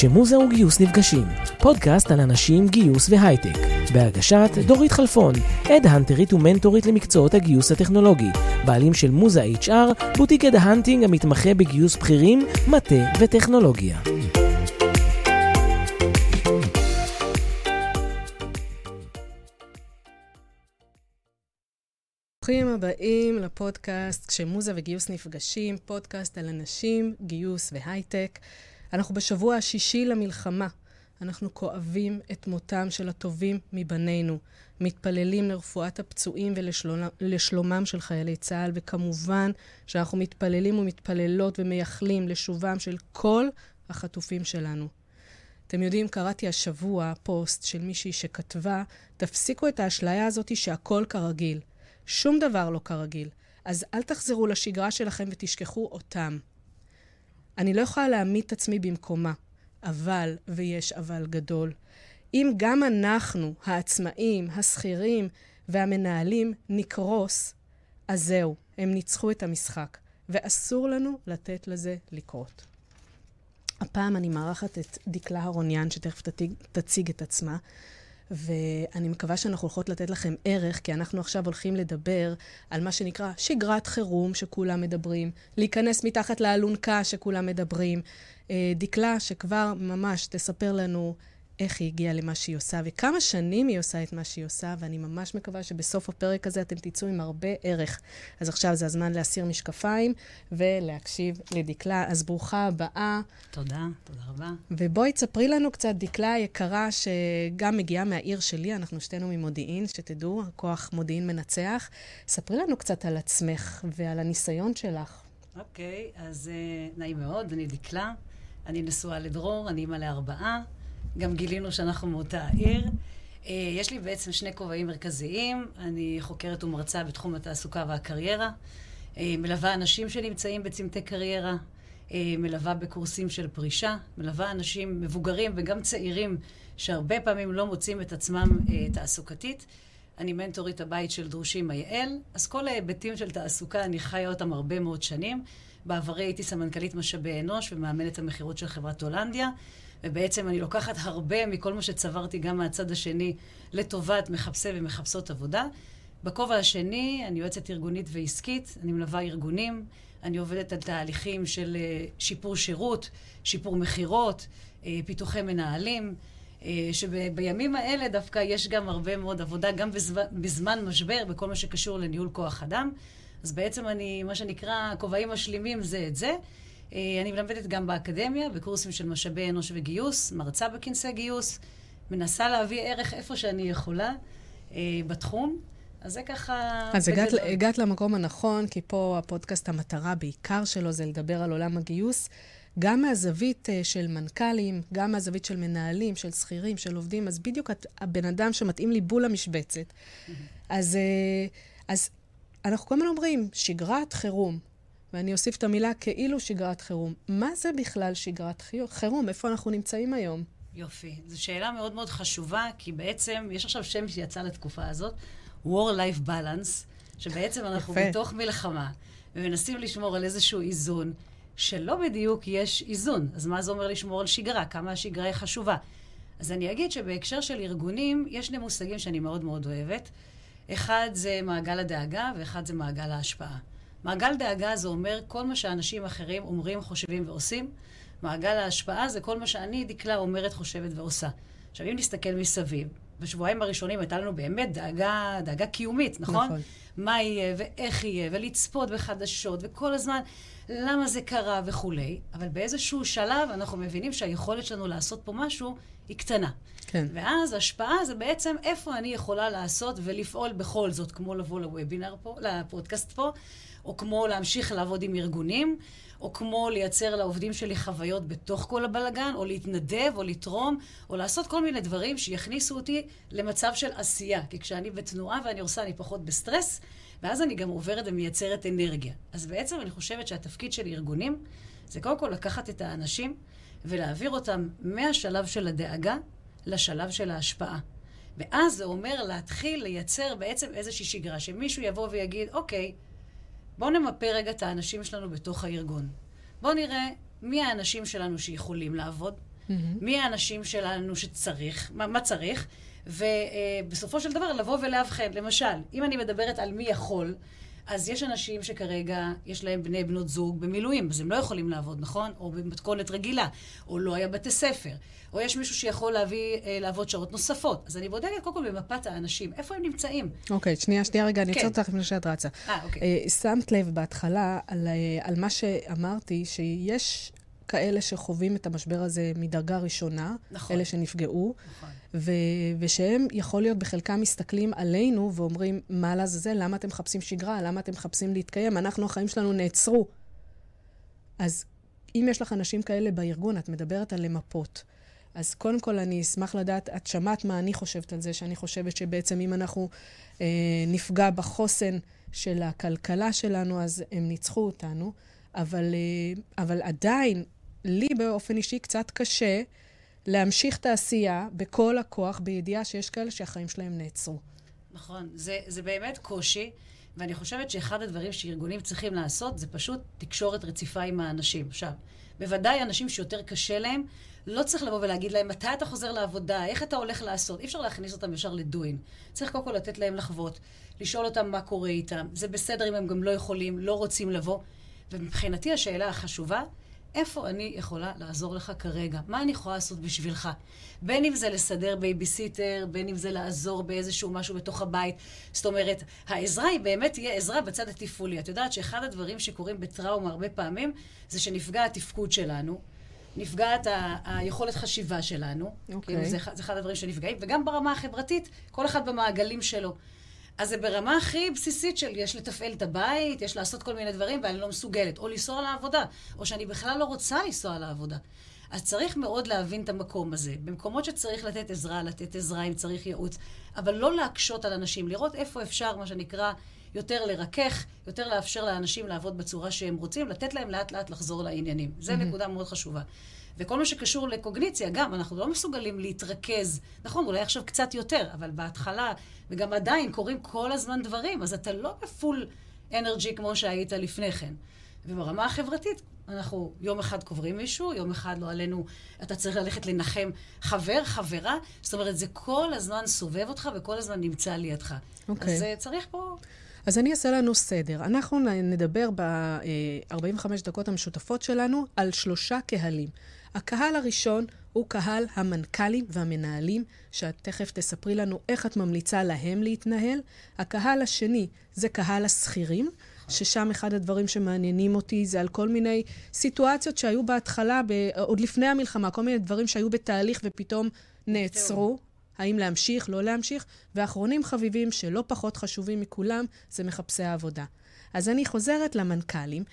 כשמוזה וגיוס נפגשים, פודקאסט על אנשים, גיוס והייטק, בהגשת דורית חלפון, אד-הנטרית ומנטורית למקצועות הגיוס הטכנולוגי, בעלים של מוזה HR, בוטיק אד-הנטינג המתמחה בגיוס בכירים, מטה וטכנולוגיה. ברוכים הבאים לפודקאסט כשמוזה וגיוס נפגשים, פודקאסט על אנשים, גיוס והייטק. אנחנו בשבוע השישי למלחמה. אנחנו כואבים את מותם של הטובים מבנינו, מתפללים לרפואת הפצועים ולשלומם של חיילי צה"ל, וכמובן שאנחנו מתפללים ומתפללות ומייחלים לשובם של כל החטופים שלנו. אתם יודעים, קראתי השבוע פוסט של מישהי שכתבה, תפסיקו את האשליה הזאת שהכל כרגיל. שום דבר לא כרגיל. אז אל תחזרו לשגרה שלכם ותשכחו אותם. אני לא יכולה להעמיד את עצמי במקומה, אבל, ויש אבל גדול, אם גם אנחנו, העצמאים, השכירים והמנהלים נקרוס, אז זהו, הם ניצחו את המשחק, ואסור לנו לתת לזה לקרות. הפעם אני מארחת את דקלה הרוניאן, שתכף תציג את עצמה, ואני מקווה שאנחנו הולכות לתת לכם ערך, כי אנחנו עכשיו הולכים לדבר על מה שנקרא שגרת חירום שכולם מדברים, להיכנס מתחת לאלונקה שכולם מדברים. דקלה שכבר ממש תספר לנו איך היא הגיעה למה שהיא עושה, וכמה שנים היא עושה את מה שהיא עושה, ואני ממש מקווה שבסוף הפרק הזה אתם תצאו עם הרבה ערך. אז עכשיו זה הזמן להסיר משקפיים ולהקשיב לדקלה. אז ברוכה הבאה. תודה, תודה רבה. ובואי תספרי לנו קצת, דקלה היקרה שגם מגיעה מהעיר שלי, אנחנו שתינו ממודיעין, שתדעו, הכוח מודיעין מנצח. ספרי לנו קצת על עצמך ועל הניסיון שלך. אוקיי, אז נעים מאוד, אני דקלה, אני נשואה לדרור, אני אמא ל4. גם גילינו שאנחנו מאותה העיר. יש לי בעצם 2 כובעים מרכזיים. אני חוקרת ומרצה בתחום התעסוקה והקריירה. מלווה אנשים שנמצאים בצמתי קריירה. מלווה בקורסים של פרישה. מלווה אנשים מבוגרים וגם צעירים שהרבה פעמים לא מוצאים את עצמם תעסוקתית. אני מנטורית הבית של דרושים מייעל. אז כל ההיבטים של תעסוקה אני חיה אותם הרבה מאוד שנים. בעברי הייתי סמנכ"לית משאבי אנוש ומאמנת המחירות של חברת הולנדיה. ובעצם אני לוקחת הרבה מכל מה שצברתי גם מהצד השני לטובת מחפשי ומחפשות עבודה. בכובע השני אני יועצת ארגונית ועסקית, אני מלווה ארגונים, אני עובדת על תהליכים של שיפור שירות, שיפור מחירות, פיתוחי מנהלים, שבימים האלה דווקא יש גם הרבה מאוד עבודה, גם בזמן משבר, בכל מה שקשור לניהול כוח אדם. אז בעצם אני, מה שנקרא, כובעים משלימים זה את זה. אני מלמדת גם באקדמיה, בקורסים של משאבי אנוש וגיוס, מרצה בכנסי גיוס, מנסה להביא ערך איפה שאני יכולה בתחום. אז זה ככה... אז הגעת למקום הנכון, כי פה הפודקאסט המטרה בעיקר שלו זה לדבר על עולם הגיוס, גם מהזווית של מנכ"לים, גם מהזווית של מנהלים, של שכירים, של עובדים, אז בדיוק הבן אדם שמתאים לי בול המשבצת. אז אנחנו כל הזמן אומרים, שגרת חירום. ואני אוסיף את המילה כאילו שגרת חירום. מה זה בכלל שגרת חירום? איפה אנחנו נמצאים היום? יופי. זו שאלה מאוד מאוד חשובה, כי בעצם יש עכשיו שם שיצא לתקופה הזאת, War-Life Balance, שבעצם אנחנו בתוך מלחמה, ומנסים לשמור על איזשהו איזון, שלא בדיוק יש איזון. אז מה זה אומר לשמור על שגרה? כמה השגרה היא חשובה? אז אני אגיד שבהקשר של ארגונים, יש 2 מושגים שאני מאוד מאוד אוהבת. אחד זה מעגל הדאגה, ואחד זה מעגל ההשפעה. מעגל דאגה זה אומר כל מה שאנשים אחרים אומרים, חושבים ועושים. מעגל ההשפעה זה כל מה שאני, דקלה, אומרת, חושבת ועושה. עכשיו, אם נסתכל מסביב, בשבועיים הראשונים הייתה לנו באמת דאגה קיומית, נכון? נכון. מה יהיה ואיך יהיה, ולצפות בחדשות, וכל הזמן למה זה קרה וכו'. אבל באיזשהו שלב אנחנו מבינים שהיכולת שלנו לעשות פה משהו היא קטנה. כן. ואז השפעה זה בעצם איפה אני יכולה לעשות ולפעול בכל זאת, כמו לבוא לוובינר פה, לפודקאסט פה, או כמו להמשיך לעבוד עם ארגונים, או כמו לייצר לעובדים שלי חוויות בתוך כל הבלגן, או להתנדב, או לתרום, או לעשות כל מיני דברים שיכניסו אותי למצב של עשייה. כי כשאני בתנועה ואני עושה, אני פחות בסטרס, ואז אני גם עוברת ומייצרת אנרגיה. אז בעצם אני חושבת שהתפקיד של ארגונים, זה קודם כל לקחת את האנשים, ולהעביר אותם מהשלב של הדאגה, לשלב של ההשפעה. ואז זה אומר להתחיל לייצר בעצם איזושהי שגרה, שמישהו יבוא ויגיד, אוקיי, בואו נמפה רגע את האנשים שלנו בתוך הארגון. בואו נראה מי האנשים שלנו שיכולים לעבוד, מי האנשים שלנו שצריך, מה צריך, ובסופו של דבר לבוא ולהבחן. למשל, אם אני מדברת על מי יכול, אז יש אנשים שכרגע יש להם בני בנות זוג במילואים, אז הם לא יכולים לעבוד, נכון? או במתכונת רגילה, או לא היה בתי ספר, או יש מישהו שיכול לעבוד שעות נוספות. אז אני בודקת קודם כל במפת האנשים, איפה הם נמצאים. אוקיי, שנייה רגע, אני אצור אותך לפני שאת רצה. אוקיי. שמת לב בהתחלה על מה שאמרתי, שיש כאלה שחווים את המשבר הזה מדרגה ראשונה, נכון. אלה שנפגעו, נכון. ושהם יכול להיות בחלקם מסתכלים עלינו ואומרים, מה לעזאזל, למה אתם מחפשים שגרה? למה אתם מחפשים להתקיים? החיים שלנו נעצרו. אז אם יש לך אנשים כאלה בארגון, את מדברת על למפות. אז קודם כל אני אשמח לדעת, את שמעת מה אני חושבת על זה, שאני חושבת שבעצם אם אנחנו נפגע בחוסן של הכלכלה שלנו, אז הם ניצחו אותנו. אבל עדיין, לי באופן אישי קצת קשה להמשיך את העשייה בכל הכוח, בידיעה שיש כאלה שהחיים שלהם נעצרו. נכון, זה באמת קושי, ואני חושבת שאחד הדברים שארגונים צריכים לעשות, זה פשוט תקשורת רציפה עם האנשים. עכשיו, בוודאי אנשים שיותר קשה להם, לא צריך לבוא ולהגיד להם, מתי אתה חוזר לעבודה, איך אתה הולך לעשות, אי אפשר להכניס אותם ישר לדוין. צריך קודם כל לתת להם לחוות, לשאול אותם מה קורה איתם, זה בסדר אם הם גם לא יכולים, לא רוצים לבוא. ומבחינתי השאלה החשובה, איפה אני יכולה לעזור לך כרגע? מה אני יכולה לעשות בשבילך? בין אם זה לסדר בייביסיטר, בין אם זה לעזור באיזשהו משהו בתוך הבית. זאת אומרת, העזרה היא באמת תהיה עזרה בצד התפעולי. את יודעת שאחד הדברים שקורים בטראומה הרבה פעמים, זה שנפגע התפקוד שלנו, נפגעת היכולת חשיבה שלנו. אוקיי. זה אחד הדברים שנפגעים, וגם ברמה החברתית, כל אחד במעגלים שלו. אז זה ברמה הכי בסיסית של יש לתפעל את הבית, יש לעשות כל מיני דברים, ואני לא מסוגלת. או לנסוע לעבודה, או שאני בכלל לא רוצה לנסוע לעבודה. אז צריך מאוד להבין את המקום הזה. במקומות שצריך לתת עזרה אם צריך ייעוץ, אבל לא להקשות על אנשים, לראות איפה אפשר, מה שנקרא, יותר לרכך, יותר לאפשר לאנשים לעבוד בצורה שהם רוצים, לתת להם לאט לאט לחזור לעניינים. זה נקודה מאוד חשובה. וכל מה שקשור לקוגניציה, גם אנחנו לא מסוגלים להתרכז. נכון, אולי עכשיו קצת יותר, אבל בהתחלה, וגם עדיין קורים כל הזמן דברים, אז אתה לא בפול אנרג'י כמו שהיית לפני כן. וברמה החברתית, אנחנו יום אחד קוברים מישהו, יום אחד לא עלינו, אתה צריך ללכת לנחם חבר, חברה, זאת אומרת, זה כל הזמן סובב אותך וכל הזמן נמצא לידך. אוקיי. אז צריך פה... אז אני אעשה לנו סדר. אנחנו נדבר ב-45 דקות המשותפות שלנו על 3 קהלים. הקהל הראשון הוא קהל המנכ"לים והמנהלים, שאת תכף תספרי לנו איך את ממליצה להם להתנהל. הקהל השני זה קהל השכירים, ששם אחד הדברים שמעניינים אותי זה על כל מיני סיטואציות שהיו בהתחלה, עוד לפני המלחמה, כל מיני דברים שהיו בתהליך ופתאום נעצרו. האם להמשיך, לא להמשיך, ואחרונים חביבים שלא פחות חשובים מכולם, זה מחפשי העבודה. אז אני חוזרת למנכ"לים,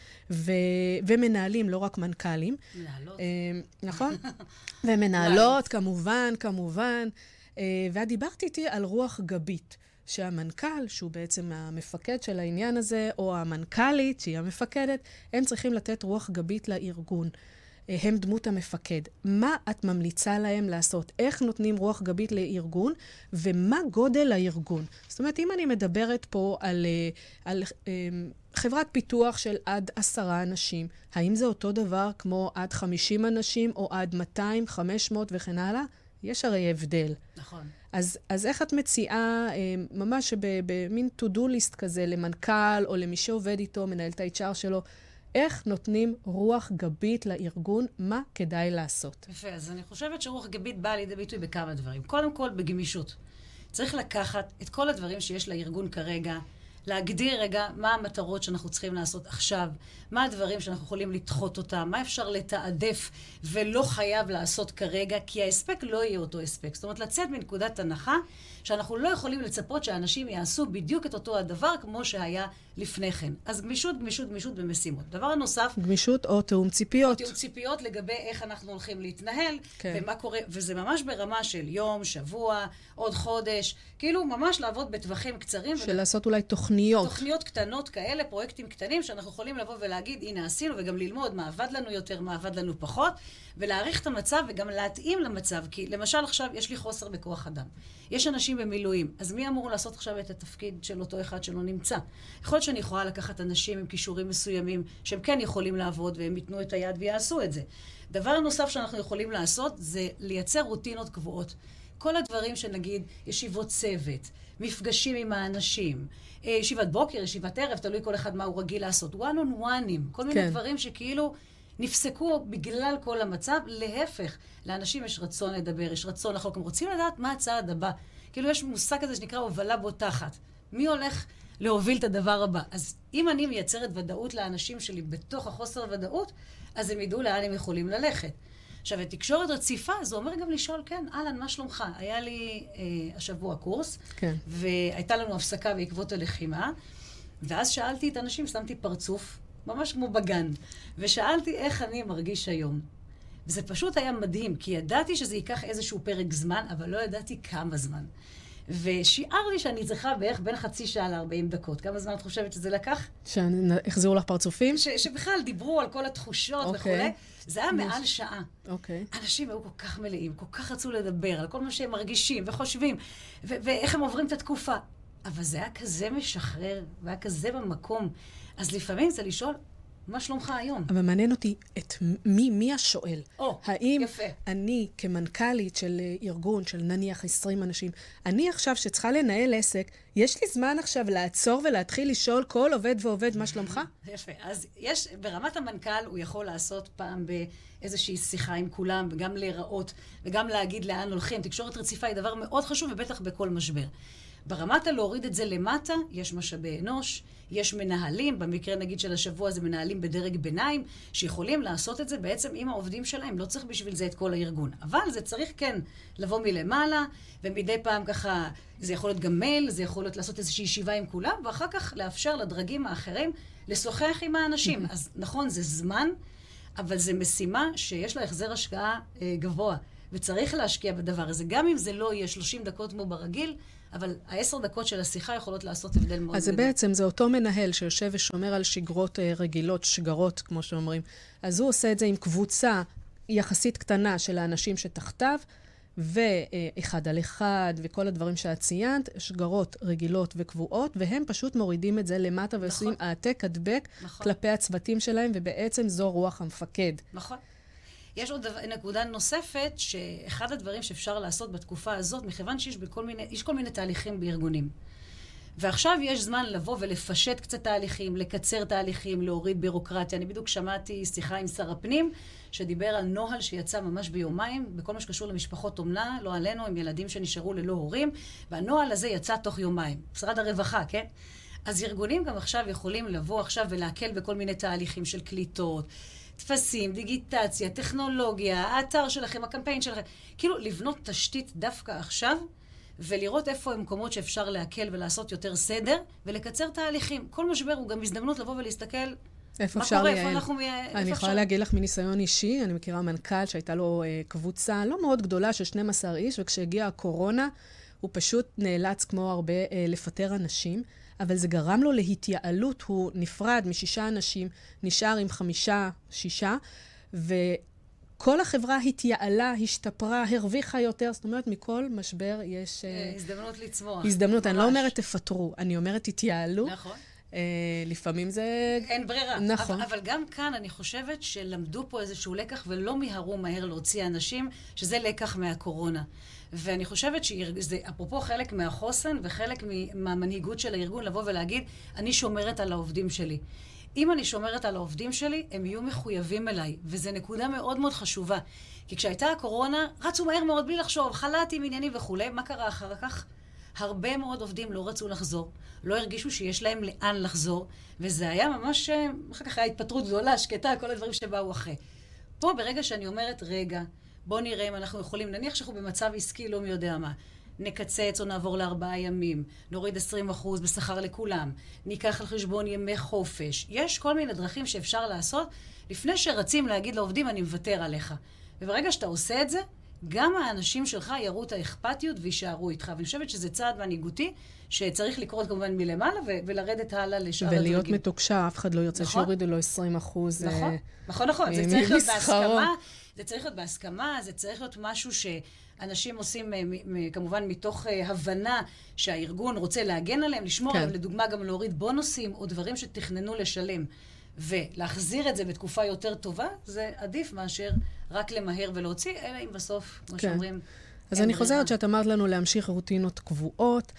ומנהלים, לא רק מנכ"לים. מנהלות. נכון? ומנהלות, כמובן. ואת דיברת איתי על רוח גבית, שהמנכ"ל, שהוא בעצם המפקד של העניין הזה, או המנכ"לית, שהיא המפקדת, הם צריכים לתת רוח גבית לארגון. הם דמות המפקד. מה את ממליצה להם לעשות? איך נותנים רוח גבית לארגון? ומה גודל הארגון? זאת אומרת, אם אני מדברת פה על חברת פיתוח של עד 10 אנשים, האם זה אותו דבר כמו עד 50 אנשים, או עד 200, 500 וכן הלאה? יש הרי הבדל. נכון. אז איך את מציעה, ממש במין to-do list כזה, למנכ"ל או למי שעובד איתו, מנהל את ה-HR שלו, איך נותנים רוח גבית לארגון, מה כדאי לעשות? יפה, אז אני חושבת שרוח גבית באה לידי ביטוי בכמה דברים. קודם כל, בגמישות. צריך לקחת את כל הדברים שיש לארגון כרגע, להגדיר רגע מה המטרות שאנחנו צריכים לעשות עכשיו, מה הדברים שאנחנו יכולים לדחות אותם, מה אפשר לתעדף ולא חייב לעשות כרגע, כי ההספק לא יהיה אותו הספק. זאת אומרת, לצאת מנקודת הנחה שאנחנו לא יכולים לצפות שאנשים יעשו בדיוק את אותו הדבר כמו שהיה לפני כן. אז גמישות במשימות. דבר הנוסף... גמישות או תאום ציפיות. או תאום ציפיות לגבי איך אנחנו הולכים להתנהל, כן. ומה קורה, וזה ממש ברמה של יום, שבוע, עוד חודש, כאילו ממש לעבוד בטווחים קצרים. של לעשות אולי תוכניות. תוכניות קטנות כאלה, פרויקטים קטנים, שאנחנו יכולים לבוא ולהגיד, הנה עשינו, וגם ללמוד מה עבד לנו יותר, מה עבד לנו פחות, ולהעריך את המצב וגם להתאים למצב. כי למשל עכשיו יש לי חוסר בכוח אדם. יש אנשים במילואים, אז מי אמור לעשות עכשיו את התפקיד של אותו אחד שלא נמצא? יכול להיות שאני יכולה לקחת אנשים עם כישורים מסוימים, שהם כן יכולים לעבוד, והם ייתנו את היד ויעשו את זה. דבר נוסף שאנחנו יכולים לעשות, זה לייצר רוטינות קבועות. כל הדברים שנגיד, ישיבות צוות, מפגשים עם האנשים, ישיבת בוקר, ישיבת ערב, תלוי כל אחד מה הוא רגיל לעשות, one on one'ים, כל מיני דברים שכאילו נפסקו בגלל כל המצב. להפך, לאנשים יש רצון לדבר, יש רצון לחלוק, הם רוצים לדעת מה הצעד הבא. כאילו יש מושג כזה שנקרא הובלה בוטחת. מי הולך להוביל את הדבר הבא? אז אם אני מייצרת ודאות לאנשים שלי בתוך החוסר ודאות, אז הם ידעו לאן הם יכולים ללכת. עכשיו, תקשורת רציפה, זה אומר גם לשאול, כן, אהלן, מה שלומך? היה לי השבוע קורס, והייתה לנו הפסקה בעקבות הלחימה, ואז שאלתי את האנשים, שמתי פרצוף, ממש כמו בגן, ושאלתי איך אני מרגיש היום. וזה פשוט היה מדהים, כי ידעתי שזה ייקח איזשהו פרק זמן, אבל לא ידעתי כמה זמן. ושיער לי שאני צריכה בערך בין חצי שעה ל-40 דקות. כמה זמן את חושבת שזה לקח? שהחזירו לך פרצופים? שבכלל דיברו על כל התחושות וכו'. זה היה מעל שעה. אנשים היו כל כך מלאים, כל כך רצו לדבר על כל מה שהם מרגישים וחושבים, ואיך הם עוברים את התקופה. אבל זה היה כזה משחרר, והיה כזה במקום. אז לפעמים זה לשאול, מה שלומך היום? אבל מעניין אותי את מי השואל. האם יפה. אני כמנכ"לית של ארגון, של נניח 20 אנשים, אני עכשיו שצריכה לנהל עסק, יש לי זמן עכשיו לעצור ולהתחיל לשאול כל עובד ועובד מה שלומך? יפה. אז יש, ברמת המנכ"ל הוא יכול לעשות פעם באיזושהי שיחה עם כולם, וגם להיראות, וגם להגיד לאן הולכים. תקשורת רציפה היא דבר מאוד חשוב, ובטח בכל משבר. ברמת להוריד את זה למטה, יש משאבי אנוש, יש מנהלים, במקרה נגיד של השבוע זה מנהלים בדרג ביניים, שיכולים לעשות את זה בעצם עם העובדים שלהם, לא צריך בשביל זה את כל הארגון. אבל זה צריך כן לבוא מלמעלה, ומדי פעם ככה, זה יכול להיות גם מייל, זה יכול להיות לעשות איזושהי ישיבה עם כולם, ואחר כך לאפשר לדרגים האחרים לשוחח עם האנשים. אז נכון, זה זמן, אבל זה משימה שיש לה החזר השקעה גבוה, וצריך להשקיע בדבר הזה, גם אם זה לא יהיה 30 דקות כמו ברגיל, אבל 10 דקות של השיחה יכולות לעשות הבדל מאוד גדול. אז זה בעצם, זה אותו מנהל שיושב ושומר על שגרות רגילות, שגרות, כמו שאומרים. אז הוא עושה את זה עם קבוצה יחסית קטנה של האנשים שתחתיו, ואחד על אחד, וכל הדברים שאת ציינת, שגרות רגילות וקבועות, והם פשוט מורידים את זה למטה, ועושים העתק הדבק כלפי הצוותים שלהם, ובעצם זו רוח המפקד. נכון. יש עוד נקודה נוספת, שאחד הדברים שאפשר לעשות בתקופה הזאת, מכיוון שיש כל מיני תהליכים בארגונים. ועכשיו יש זמן לבוא ולפשט קצת תהליכים, לקצר תהליכים, להוריד בירוקרטיה. אני בדיוק שמעתי שיחה עם שר הפנים, שדיבר על נוהל שיצא ממש ביומיים, בכל מה שקשור למשפחות אומנה, לא עלינו, עם ילדים שנשארו ללא הורים, והנוהל הזה יצא תוך יומיים. משרד הרווחה, כן? אז ארגונים גם עכשיו יכולים לבוא עכשיו ולהקל בכל מיני תהליכים של קליטות, תפסים, דיגיטציה, טכנולוגיה, האתר שלכם, הקמפיין שלכם. כאילו לבנות תשתית דווקא עכשיו, ולראות איפה המקומות שאפשר להקל ולעשות יותר סדר, ולקצר תהליכים. כל משבר הוא גם הזדמנות לבוא ולהסתכל איפה מה אפשר קורה, לייעל. איפה אנחנו... אני יכולה להגיד לך מניסיון אישי, אני מכירה מנכ"ל שהייתה לו קבוצה לא מאוד גדולה של 12 איש, וכשהגיעה הקורונה, הוא פשוט נאלץ כמו הרבה לפטר אנשים, אבל זה גרם לו להתייעלות, הוא נפרד מ6 אנשים, נשאר עם 5-6, וכל החברה התייעלה, השתפרה, הרוויחה יותר, זאת אומרת, מכל משבר יש... הזדמנות לצמוח. הזדמנות, אני לא אומרת תפטרו, אני אומרת תתייעלו. נכון. לפעמים זה... אין ברירה. נכון. אבל גם כאן אני חושבת שלמדו פה איזשהו לקח, ולא מיהרו מהר להוציא אנשים, שזה לקח מהקורונה. ואני חושבת שזה, אפרופו חלק מהחוסן וחלק מהמנהיגות של הארגון, לבוא ולהגיד, אני שומרת על העובדים שלי. אם אני שומרת על העובדים שלי, הם יהיו מחויבים אליי. וזו נקודה מאוד מאוד חשובה. כי כשהייתה הקורונה, רצו מהר מאוד בלי לחשוב, חל"תים, עניינים וכו'. מה קרה אחר כך? הרבה מאוד עובדים לא רצו לחזור, לא הרגישו שיש להם לאן לחזור, וזה היה ממש, אחר כך היה התפטרות גדולה, שקטה, כל הדברים שבאו אחרי. פה ברגע שאני אומרת, רגע, בוא נראה אם אנחנו יכולים, נניח שאנחנו במצב עסקי, לא מי יודע מה, נקצץ או נעבור ל4 ימים, נוריד 20% בשכר לכולם, ניקח על חשבון ימי חופש. יש כל מיני דרכים שאפשר לעשות, לפני שרצים להגיד לעובדים, אני מוותר עליך. וברגע שאתה עושה את זה, גם האנשים שלך יראו את האכפתיות וישארו איתך. ואני חושבת שזה צעד מנהיגותי, שצריך לקרות כמובן מלמעלה ולרדת הלאה לשאר הדרגים. ולהיות מתוקשר, אף אחד לא ירצה שיורידו לו 20%. נכון. זה צריך להיות בהסכמה, זה צריך להיות בהסכמה, זה צריך להיות משהו שאנשים עושים כמובן מתוך הבנה שהארגון רוצה להגן עליהם, לשמור עליהם, לדוגמה גם להוריד בונוסים או דברים שתכננו לשלם. ולהחזיר את זה בתקופה יותר טובה, זה עדיף מאשר רק למהר ולהוציא, אלא אם בסוף, כמו שאומרים, אז אני חוזרת שאת אמרת לנו להמשיך רוטינות קבועות,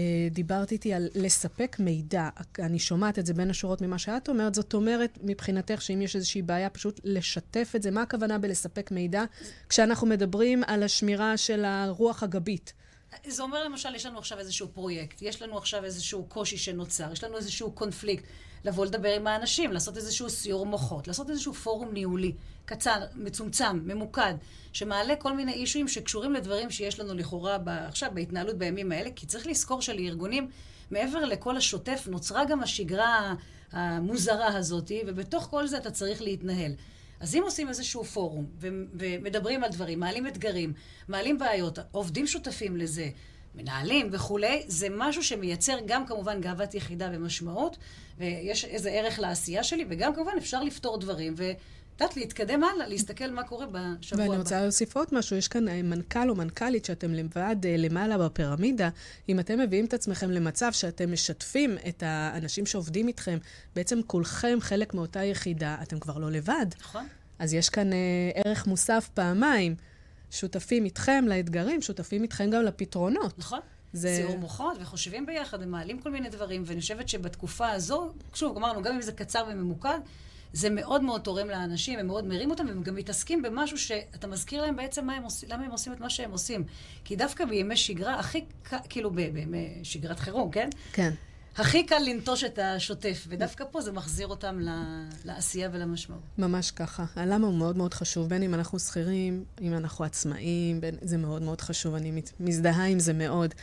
דיברת איתי על לספק מידע, אני שומעת את זה בין השורות ממה שאת אומרת, זאת אומרת מבחינתך שאם יש איזושהי בעיה, פשוט לשתף את זה, מה הכוונה בלספק מידע, כשאנחנו מדברים על השמירה של הרוח הגבית? זה אומר למשל, יש לנו עכשיו איזשהו פרויקט, יש לנו עכשיו איזשהו קושי שנוצר, יש לנו איזשהו קונפליקט, לבוא לדבר עם האנשים, לעשות איזשהו סיור מוחות, לעשות איזשהו פורום ניהולי, קצר, מצומצם, ממוקד, שמעלה כל מיני אישויים שקשורים לדברים שיש לנו לכאורה עכשיו בהתנהלות בימים האלה, כי צריך לזכור שלארגונים, מעבר לכל השוטף, נוצרה גם השגרה המוזרה הזאת, ובתוך כל זה אתה צריך להתנהל. אז אם עושים איזשהו פורום, ומדברים על דברים, מעלים אתגרים, מעלים בעיות, עובדים שותפים לזה, מנהלים וכולי, זה משהו שמייצר גם כמובן גאוות יחידה ומשמעות, ויש איזה ערך לעשייה שלי, וגם כמובן אפשר לפתור דברים, ודעת להתקדם הלאה, להסתכל מה קורה בשבוע הבא. ואני רוצה להוסיף עוד משהו, יש כאן מנכ"ל או מנכ"לית שאתם לבד למעלה בפירמידה, אם אתם מביאים את עצמכם למצב שאתם משתפים את האנשים שעובדים איתכם, בעצם כולכם חלק מאותה יחידה, אתם כבר לא לבד. נכון. אז יש כאן ערך מוסף פעמיים, שותפים איתכם לאתגרים, שותפים איתכם גם לפתרונות. נכון. סיור מוחות וחושבים ביחד ומעלים כל מיני דברים, ואני חושבת שבתקופה הזו, שוב, אמרנו, גם אם זה קצר וממוקד, זה מאוד מאוד תורם לאנשים, הם מאוד מרים אותם, והם גם מתעסקים במשהו שאתה מזכיר להם בעצם למה הם עושים את מה שהם עושים. כי דווקא בימי שגרה, הכי, כאילו בימי שגרת חירום, כן? כן. הכי קל לנטוש את השוטף, ודווקא פה זה מחזיר אותם לעשייה ולמשמעות. ממש ככה. הלמה הוא מאוד מאוד חשוב, בין אם אנחנו שכירים, אם אנחנו עצמאים, זה מאוד מאוד חשוב, אני מזדהה עם זה מאוד.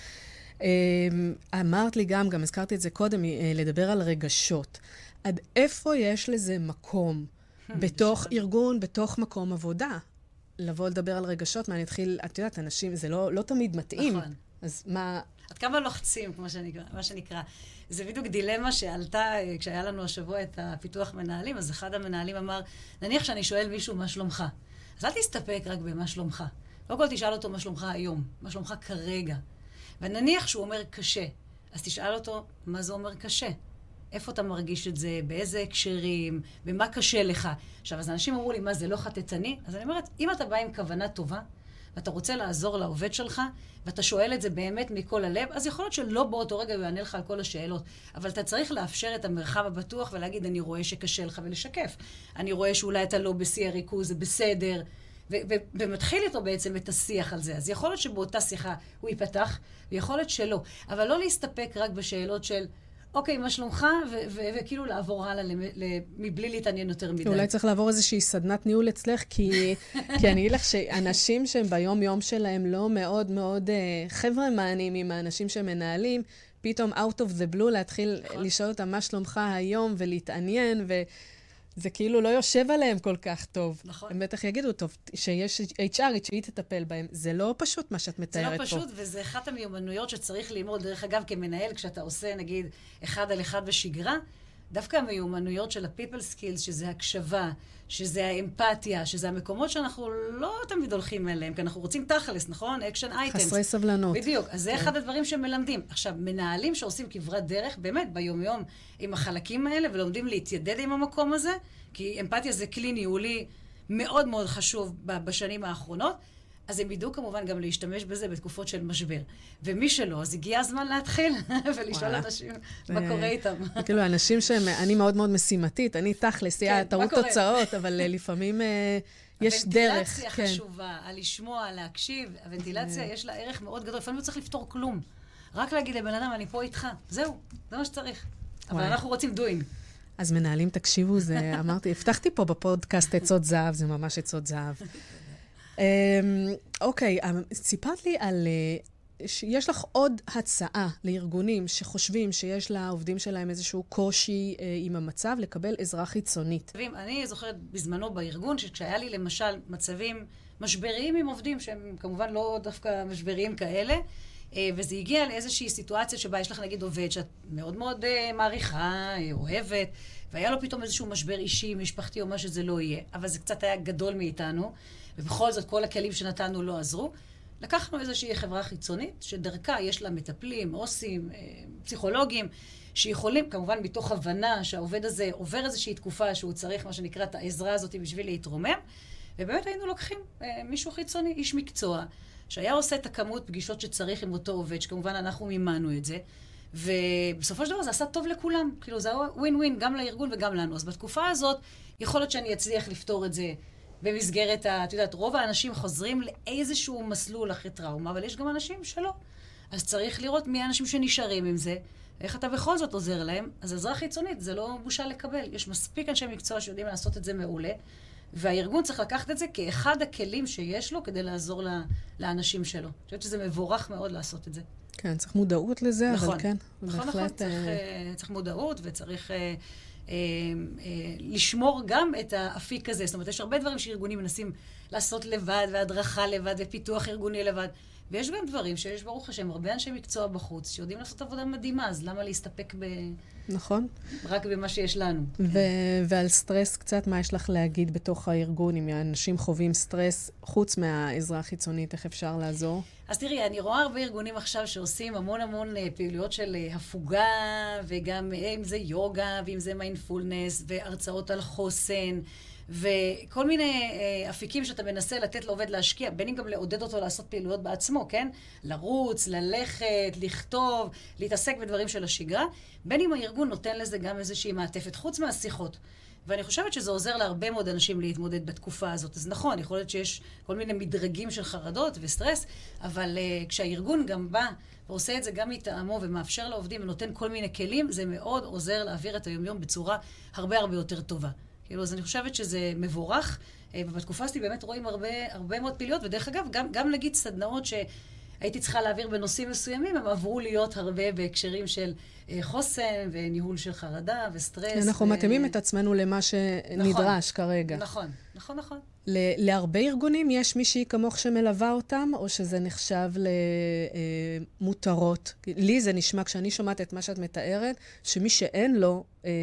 אמרת לי גם הזכרתי את זה קודם, לדבר על רגשות. עד איפה יש לזה מקום? בתוך ארגון, בתוך מקום עבודה. לבוא לדבר על רגשות, מה אני אתחיל, את יודעת, אנשים, זה לא תמיד מתאים. נכון. אז מה... עד כמה לוחצים, מה שנקרא. זה בדיוק דילמה שעלתה, כשהיה לנו השבוע את הפיתוח מנהלים, אז אחד המנהלים אמר, נניח שאני שואל מישהו מה שלומך. אז אל תסתפק רק במה שלומך. לא כל תשאל אותו מה שלומך היום, מה שלומך כרגע. ונניח שהוא אומר קשה, אז תשאל אותו מה זה אומר קשה. איפה אתה מרגיש את זה, באיזה הקשרים, במה קשה לך. עכשיו, אז אנשים אמרו לי, מה זה לא חטטני? אז אני אומרת, אם אתה בא עם כוונה טובה, ואתה רוצה לעזור לעובד שלך, ואתה שואל את זה באמת מכל הלב, אז יכול להיות שלא באותו רגע הוא יענה לך על כל השאלות, אבל אתה צריך לאפשר את המרחב הבטוח ולהגיד, אני רואה שקשה לך ולשקף. אני רואה שאולי אתה לא בשיא הריכוז, זה בסדר, ומתחיל איתו בעצם את השיח על זה. אז יכול להיות שבאותה שיחה הוא ייפתח, ויכול להיות שלא. אבל לא להסתפק רק בשאלות של, אוקיי, מה שלומך? וכאילו לעבור הלאה מבלי להתעניין יותר מדי. אולי צריך לעבור איזושהי סדנת ניהול אצלך, כי אני אגיד לך שאנשים שהם ביום יום שלהם לא מאוד מאוד חבר'ה מעניינים, האנשים שמנהלים, פתאום out of the blue להתחיל לשאול אותם מה שלומך היום ולהתעניין, וזה כאילו לא יושב עליהם כל כך טוב. נכון. הם בטח יגידו, טוב, שיש HRית שהיא תטפל בהם. זה לא פשוט מה שאת מתארת פה. זה לא פשוט, וזה אחת המיומנויות שצריך ללמוד, דרך אגב, כמנהל, כשאתה עושה, נגיד, 1 על 1 בשגרה, דווקא המיומנויות של ה-people skills, שזה הקשבה, שזה האמפתיה, שזה המקומות שאנחנו לא תמיד הולכים אליהם, כי אנחנו רוצים תכלס, נכון? action items. חסרי סבלנות. בדיוק. אז זה אחד הדברים שמלמדים. עכשיו, מנהלים שעושים כברת דרך, באמת, ביום-יום, עם החלקים האלה, ולומדים להתיידד עם המקום הזה, כי אמפתיה זה כלי ניהולי מאוד מאוד חשוב בשנים האחרונות, אז הם ידעו כמובן גם להשתמש בזה בתקופות של משבר. ומי שלא, אז הגיע הזמן להתחיל ולשאול אנשים מה קורה איתם. כאילו, אנשים אני מאוד מאוד משימתית, אני תכלס, טעות תוצאות, אבל לפעמים יש דרך. הוונטילציה חשובה, על לשמוע, על להקשיב. הוונטילציה יש לה ערך מאוד גדול, לפעמים לא צריך לפתור כלום. רק להגיד לבן אדם, אני פה איתך. זהו, זה מה שצריך. אבל אנחנו רוצים doing. אז מנהלים, תקשיבו, זה אמרתי, הבטחתי פה בפודקאסט עצות זהב, זה ממש עצות זהב. אוקיי, סיפרת לי על יש לך עוד הצעה לארגונים שחושבים שיש לעובדים שלהם איזשהו קושי עם המצב, לקבל עזרה חיצונית? אני זוכרת בזמנו בארגון, שכשהיה לי למשל מצבים משבריים עם עובדים, שהם כמובן לא דווקא משבריים כאלה, וזה הגיע לאיזושהי סיטואציה שבה יש לך נגיד עובד שאת מאוד מאוד מעריכה, אוהבת, והיה לו פתאום איזשהו משבר אישי, משפחתי או מה שזה לא יהיה, אבל זה קצת היה גדול מאיתנו, ובכל זאת כל הכלים שנתנו לא עזרו. לקחנו איזושהי חברה חיצונית, שדרכה יש לה מטפלים, עושים, פסיכולוגים, שיכולים, כמובן מתוך הבנה שהעובד הזה עובר איזושהי תקופה שהוא צריך, מה שנקרא, את העזרה הזאת בשביל להתרומם, ובאמת היינו לוקחים מישהו חיצוני, איש מקצוע, שהיה עושה את הכמות פגישות שצריך עם אותו עובד, שכמובן אנחנו מימנו את זה, ובסופו של דבר זה עשה טוב לכולם. כאילו זה היה ווין ווין גם לארגון וגם לנו. אז בתקופה הזאת, יכול להיות שאני אצליח לפתור את זה במסגרת, את יודעת, רוב האנשים חוזרים לאיזשהו מסלול אחרי טראומה, אבל יש גם אנשים שלא. אז צריך לראות מי האנשים שנשארים עם זה, איך אתה בכל זאת עוזר להם. אז עזרה חיצונית, זה לא בושה לקבל. יש מספיק אנשי מקצוע שיודעים לעשות את זה מעולה, והארגון צריך לקחת את זה כאחד הכלים שיש לו כדי לעזור לאנשים שלו. אני חושבת שזה מבורך מאוד לעשות את זה. כן, צריך מודעות לזה, נכון, אבל כן. נכון, צריך מודעות וצריך לשמור גם את האפיק הזה. זאת אומרת, יש הרבה דברים שארגונים מנסים לעשות לבד, והדרכה לבד, ופיתוח ארגוני לבד. ויש גם דברים שיש, ברוך השם, הרבה אנשי מקצוע בחוץ, שיודעים לעשות עבודה מדהימה, אז למה להסתפק נכון. רק במה שיש לנו? ועל סטרס קצת, מה יש לך להגיד בתוך הארגון, אם האנשים חווים סטרס, חוץ מהעזרה החיצונית, איך אפשר לעזור? אז תראי, אני רואה הרבה ארגונים עכשיו שעושים המון פעילויות של הפוגה, וגם אם זה יוגה, ואם זה מיינדפולנס, והרצאות על חוסן, וכל מיני אפיקים שאתה מנסה לתת לעובד להשקיע, בין אם גם לעודד אותו לעשות פעילויות בעצמו, כן? לרוץ, ללכת, לכתוב, להתעסק בדברים של השגרה, בין אם הארגון נותן לזה גם איזושהי מעטפת, חוץ מהשיחות. ואני חושבת שזה עוזר להרבה מאוד אנשים להתמודד בתקופה הזאת. אז נכון, יכול להיות שיש כל מיני מדרגים של חרדות וסטרס, אבל כשהארגון גם בא ועושה את זה גם מטעמו ומאפשר לעובדים ונותן כל מיני כלים, זה מאוד עוזר להעביר את היומיום בצורה הרבה יותר טובה. כאילו, אז אני חושבת שזה מבורך, ובתקופה הזאת באמת רואים הרבה מאוד פעילויות, ודרך אגב, גם נגיד סדנאות שהייתי צריכה להעביר בנושאים מסוימים, הם עברו להיות הרבה בהקשרים של חוסן, וניהול של חרדה, וסטרס. אנחנו מתאימים את עצמנו למה שנדרש כרגע. נכון. להרבה ארגונים יש מישהי כמוך שמלווה אותם, או שזה נחשב למותרות? לי זה נשמע, כשאני שומעת את מה שאת מתארת, שמי שאין לו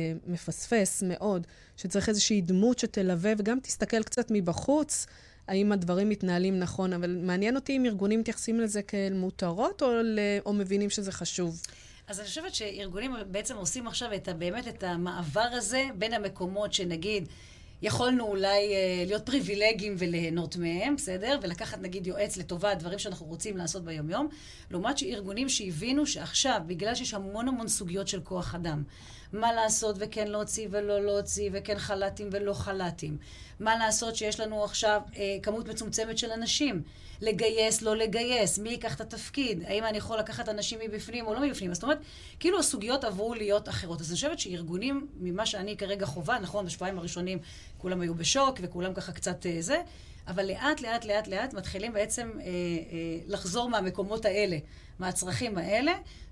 מפספס מאוד, שצריך איזושהי דמות שתלווה, וגם תסתכל קצת מבחוץ, האם הדברים מתנהלים נכון, אבל מעניין אותי אם ארגונים מתייחסים לזה כאל מותרות, או מבינים שזה חשוב. אז אני חושבת שארגונים בעצם עושים עכשיו באמת את המעבר הזה, בין המקומות שנגיד, יכולנו אולי להיות פריבילגיים וליהנות מהם, בסדר? ולקחת נגיד יועץ לטובה, דברים שאנחנו רוצים לעשות ביום-יום. לעומת שארגונים שהבינו שעכשיו, בגלל שיש המון סוגיות של כוח אדם, מה לעשות וכן להוציא ולא להוציא, וכן חלטים ולא חלטים. מה לעשות שיש לנו עכשיו כמות מצומצמת של אנשים, לגייס, לא לגייס, מי ייקח את התפקיד, האם אני יכול לקחת אנשים מבפנים או לא מבפנים. זאת אומרת, כאילו הסוגיות עברו להיות אחרות. אז אני חושבת שארגונים, ממה שאני כרגע חובה, נכון, בשבועיים הראשונים כולם היו בשוק וכולם ככה קצת זה, אבל לאט מתחילים בעצם לחזור מהמקומות האלה, מהצרכים האלה,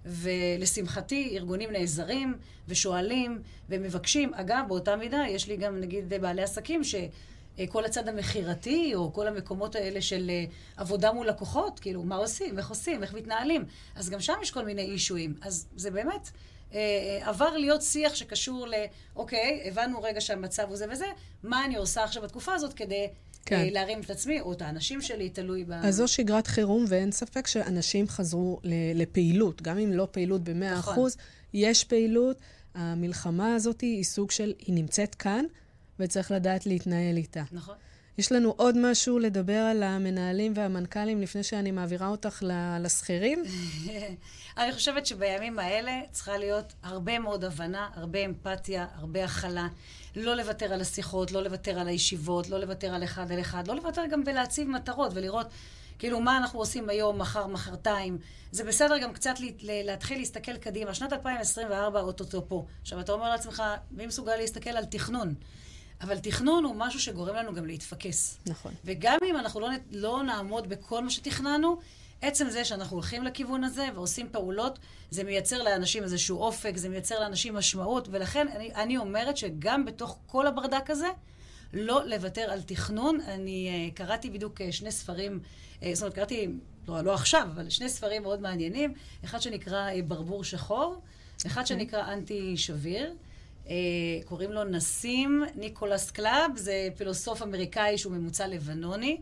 ולשמחתי ארגונים נעזרים ושואלים ומבקשים. אגב, באותה מידה יש לי גם נגיד בעלי עסקים שכל הצד המחירתי או כל המקומות האלה של עבודה מול לקוחות, כאילו מה עושים, איך מתנהלים. אז גם שם יש כל מיני אישויים. אז זה באמת עבר להיות שיח שקשור אוקיי, הבנו רגע שהמצב הוא זה וזה, מה אני עושה עכשיו בתקופה הזאת כדי להרים את עצמי, או את האנשים שלי, תלוי אז זו שגרת חירום, ואין ספק שאנשים חזרו לפעילות, גם אם לא פעילות ב100%, יש פעילות. המלחמה הזאת היא סוג של, היא נמצאת כאן, וצריך לדעת להתנהל איתה. נכון. יש לנו עוד משהו לדבר על המנהלים והמנכ"לים, לפני שאני מעבירה אותך לסחירים? אני חושבת שבימים האלה צריכה להיות הרבה מאוד הבנה, הרבה אמפתיה, הרבה הכלה. לא לוותר על השיחות, לא לוותר על הישיבות, לא לוותר על אחד על אחד, לא לוותר גם בלהציב מטרות ולראות כאילו מה אנחנו עושים היום, מחר, מחרתיים. זה בסדר גם קצת להתחיל להסתכל קדימה. שנת 2024 אוטוטו פה. עכשיו אתה אומר לעצמך, מי מסוגל להסתכל על תכנון? אבל תכנון הוא משהו שגורם לנו גם להתפקס. נכון. וגם אם אנחנו לא נעמוד בכל מה שתכננו, עצם זה שאנחנו הולכים לכיוון הזה ועושים פעולות, זה מייצר לאנשים איזשהו אופק, זה מייצר לאנשים משמעות, ולכן אני אומרת שגם בתוך כל הברדק הזה, לא לוותר על תכנון. אני קראתי בדיוק 2 ספרים, זאת אומרת, קראתי, לא עכשיו, אבל 2 ספרים מאוד מעניינים. אחד שנקרא ברבור שחור, אחד שנקרא אנטי שביר. קוראים לו נסים ניקולס קלאב, זה פילוסוף אמריקאי שהוא ממוצא לבנוני,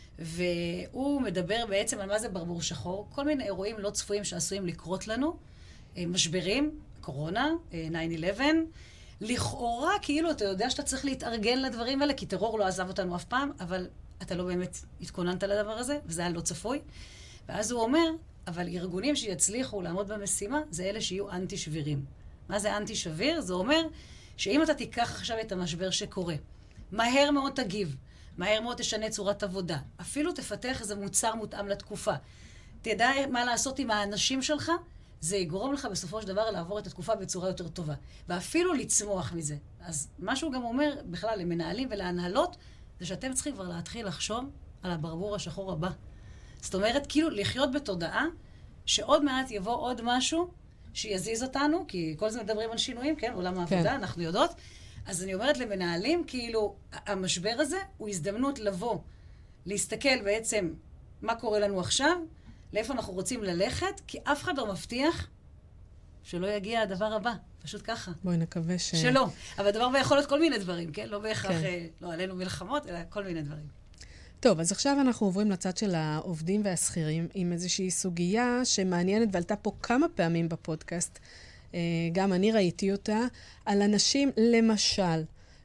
והוא מדבר בעצם על מה זה ברבור שחור. כל מיני אירועים לא צפויים שעשויים לקרות לנו, משברים, קורונה, 9/11, לכאורה, כאילו, אתה יודע שאתה צריך להתארגן לדברים האלה, כי טרור לא עזב אותנו אף פעם, אבל אתה לא באמת התכוננת לדבר הזה, וזה היה לא צפוי. ואז הוא אומר, אבל ארגונים שיצליחו לעמוד במשימה, זה אלה שיהיו אנטי שבירים. מה זה אנטי שביר? זה אומר שאם אתה תיקח עכשיו את המשבר שקורה, מהר מאוד תגיב, מהר מאוד תשנה צורת עבודה, אפילו תפתח איזה מוצר מותאם לתקופה, תדע מה לעשות עם האנשים שלך, זה יגרום לך בסופו של דבר לעבור את התקופה בצורה יותר טובה, ואפילו לצמוח מזה. אז מה שהוא גם אומר בכלל למנהלים ולהנהלות, זה שאתם צריכים כבר להתחיל לחשוב על הברבור השחור הבא. זאת אומרת, כאילו לחיות בתודעה, שעוד מעט יבוא עוד משהו שיזיז אותנו, כי כל זה מדברים על שינויים, כן? עולם העבודה, אנחנו יודעות. אז אני אומרת למנהלים, כאילו, המשבר הזה הוא הזדמנות לבוא, להסתכל בעצם מה קורה לנו עכשיו, לאיפה אנחנו רוצים ללכת, כי אף אחד לא מבטיח שלא יגיע הדבר הבא. פשוט ככה. בואי נקווה שלא. אבל הדבר הבא יכול להיות כל מיני דברים, כן? לא בהכרח, לא עלינו מלחמות, אלא כל מיני דברים. טוב, אז עכשיו אנחנו עוברים לצד של העובדים והשכירים, עם איזושהי סוגיה שמעניינת, ועלתה פה כמה פעמים בפודקאסט, גם אני ראיתי אותה, על אנשים, למשל,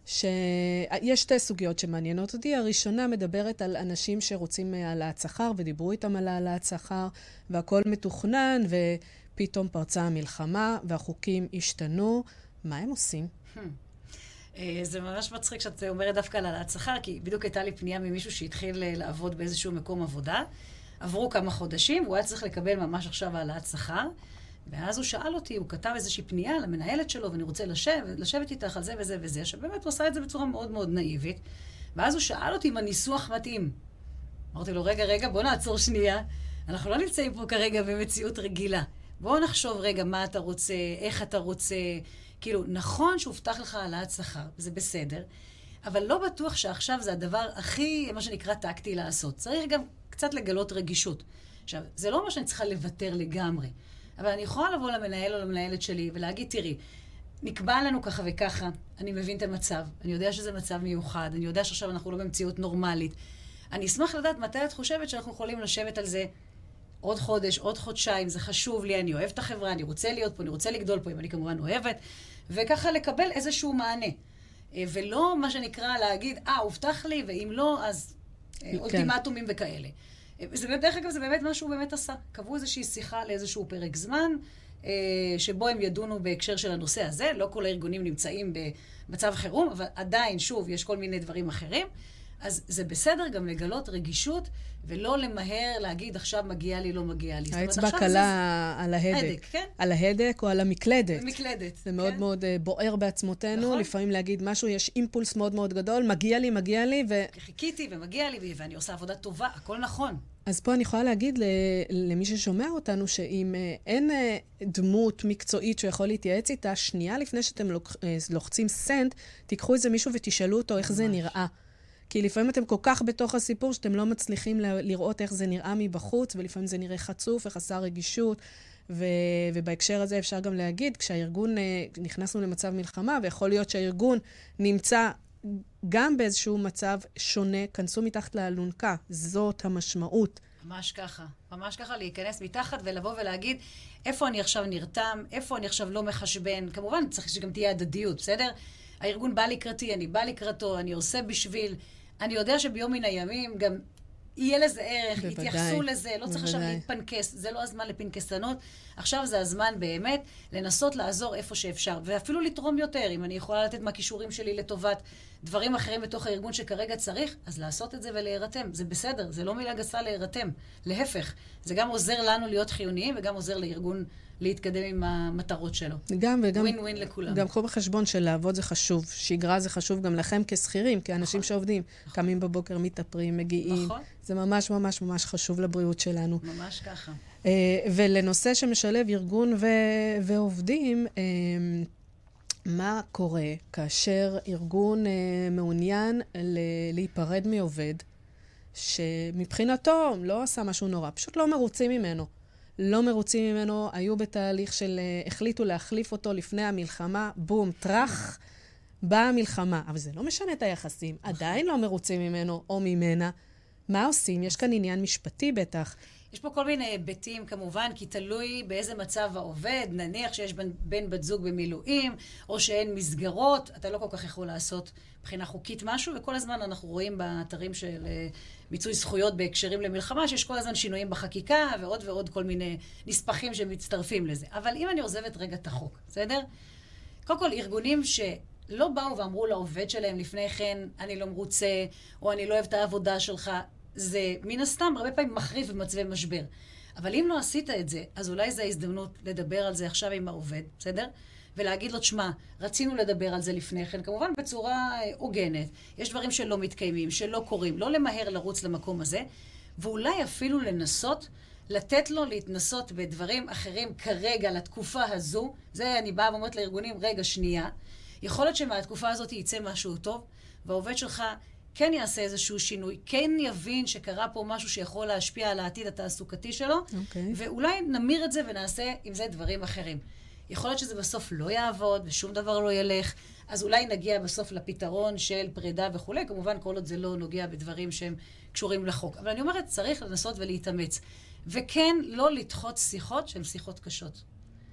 שיש 2 סוגיות שמעניינות אותי. הראשונה מדברת על אנשים שרוצים העלאת שכר, ודיברו איתם על העלאת שכר, והכל מתוכנן, ופתאום פרצה המלחמה, והחוקים השתנו. מה הם עושים? זה ממש מצחיק שאת אומרת דווקא על העלאת שכר, כי בדיוק הייתה לי פנייה ממישהו שהתחיל לעבוד באיזשהו מקום עבודה. עברו כמה חודשים, והוא היה צריך לקבל ממש עכשיו העלאת שכר, ואז הוא שאל אותי, הוא כתב איזושהי פנייה למנהלת שלו, ואני רוצה לשבת איתך על זה וזה וזה, שבאמת הוא עשה את זה בצורה מאוד מאוד נאיבית, ואז הוא שאל אותי אם הניסוח מתאים. אמרתי לו, רגע, בוא נעצור שנייה, אנחנו לא נמצאים פה כרגע במציאות רגילה. בוא נחשוב רגע מה אתה רוצה, איך אתה רוצה, כאילו, נכון שהובטח לך העלאת שכר, זה בסדר, אבל לא בטוח שעכשיו זה הדבר הכי, מה שנקרא, טקטי לעשות. צריך גם קצת לגלות רגישות. עכשיו, זה לא מה שאני צריכה לוותר לגמרי, אבל אני יכולה לבוא למנהל או למנהלת שלי ולהגיד, תראי, נקבע לנו ככה וככה, אני מבין את המצב, אני יודע שזה מצב מיוחד, אני יודע שעכשיו אנחנו לא במציאות נורמלית. אני אשמח לדעת מתי את חושבת שאנחנו יכולים לשבת על זה עוד חודש, עוד חודשיים, זה חשוב לי, אני אוהב את החברה, אני רוצה להיות פה, אני רוצה לגדול פה, אם אני כמובן אוהבת, וככה לקבל איזשהו מענה. ולא מה שנקרא להגיד, הובטח לי, ואם לא, אז אולטימטומים וכאלה. דרך אגב, זה באמת משהו באמת עשה. קבעו איזושהי שיחה לאיזשהו פרק זמן, שבו הם ידונו בהקשר של הנושא הזה. לא כל הארגונים נמצאים במצב חירום, אבל עדיין, שוב, יש כל מיני דברים אחרים. אז זה בסדר גם לגלות רגישות, ולא למהר להגיד, עכשיו מגיע לי, לא מגיע לי. האצבע קלה על ההדק. כן? על ההדק או על המקלדת. מקלדת. זה מאוד מאוד בוער בעצמותינו. נכון. לפעמים להגיד משהו, יש אימפולס מאוד מאוד גדול, מגיע לי, חיכיתי ומגיע לי, ואני עושה עבודה טובה, הכל נכון. אז פה אני יכולה להגיד למי ששומע אותנו, שאם אין דמות מקצועית שיכול להתייעץ איתה, שנייה לפני שאתם לוחצים סנד, תיקחו איזה מישהו ותשאלו אותו איך זה נראה. כי לפעמים אתם כל כך בתוך הסיפור שאתם לא מצליחים לראות איך זה נראה מבחוץ, ולפעמים זה נראה חצוף וחסר רגישות, ובהקשר הזה אפשר גם להגיד, כשהארגון נכנסנו למצב מלחמה, ויכול להיות שהארגון נמצא גם באיזשהו מצב שונה, כנסו מתחת לאלונקה, זאת המשמעות. ממש ככה להיכנס מתחת ולבוא ולהגיד, איפה אני עכשיו נרתם, איפה אני עכשיו לא מחשבן, כמובן צריך שגם תהיה הדדיות, בסדר? הארגון בא לקראתי, אני בא לקראתו, אני עושה בשביל, אני יודע שביום מן הימים גם יהיה לזה ערך, יתייחסו לזה, לא צריך עכשיו להתפנקס, זה לא הזמן לפנקסנות, עכשיו זה הזמן באמת לנסות לעזור איפה שאפשר, ואפילו לתרום יותר, אם אני יכולה לתת מהכישורים שלי לטובת דברים אחרים בתוך הארגון שכרגע צריך, אז לעשות את זה ולהירתם. זה בסדר, זה לא מילה גסה להירתם. להפך, זה גם עוזר לנו להיות חיוניים, וגם עוזר לארגון להתקדם עם המטרות שלו. ווין ווין לכולם. גם קחו בחשבון שלעבוד זה חשוב, שגרה זה חשוב גם לכם כשכירים, כאנשים שעובדים. קמים בבוקר, מתאפרים, מגיעים. זה ממש ממש ממש חשוב לבריאות שלנו. ממש ככה. ולנושא שמשלב ארגון ועובדים, מה קורה כאשר ארגון מעוניין להיפרד מעובד, שמבחינתו לא עשה משהו נורא, פשוט לא מרוצים ממנו. לא מרוצים ממנו, היו בתהליך של החליטו להחליף אותו לפני המלחמה, בום, טרח, באה המלחמה. אבל זה לא משנה את היחסים, עדיין לא מרוצים ממנו או ממנה. מה עושים? יש כאן עניין משפטי בטח. יש פה כל מיני היבטים כמובן, כי תלוי באיזה מצב העובד, נניח שיש בן בת זוג במילואים, או שאין מסגרות, אתה לא כל כך יכול לעשות מבחינה חוקית משהו, וכל הזמן אנחנו רואים באתרים של מיצוי זכויות בהקשרים למלחמה, שיש כל הזמן שינויים בחקיקה, ועוד ועוד כל מיני נספחים שמצטרפים לזה. אבל אם אני עוזבת רגע את החוק, בסדר? קודם כל, ארגונים שלא באו ואמרו לעובד שלהם לפני כן, אני לא מרוצה, או אני לא אוהב את העבודה שלך, זה מן הסתם הרבה פעמים מחריף ומצבי משבר. אבל אם לא עשית את זה, אז אולי זו ההזדמנות לדבר על זה עכשיו עם העובד, בסדר? ולהגיד לו, תשמע, רצינו לדבר על זה לפני כן, כמובן בצורה הוגנת. יש דברים שלא מתקיימים, שלא קורים, לא למהר לרוץ למקום הזה, ואולי אפילו לנסות, לתת לו להתנסות בדברים אחרים כרגע, לתקופה הזו. זה אני באה ואומרת לארגונים, רגע, שנייה. יכול להיות שמהתקופה הזאת יצא משהו טוב, והעובד שלך כן יעשה איזשהו שינוי, כן יבין שקרה פה משהו שיכול להשפיע על העתיד התעסוקתי שלו, ואולי נמיר את זה ונעשה עם זה דברים אחרים. יכול להיות שזה בסוף לא יעבוד, ושום דבר לא ילך, אז אולי נגיע בסוף לפתרון של פרידה וכו'. כמובן, כל עוד זה לא נוגע בדברים שהם קשורים לחוק. אבל אני אומרת, צריך לנסות ולהתאמץ. וכן, לא לדחות שיחות שהן שיחות קשות.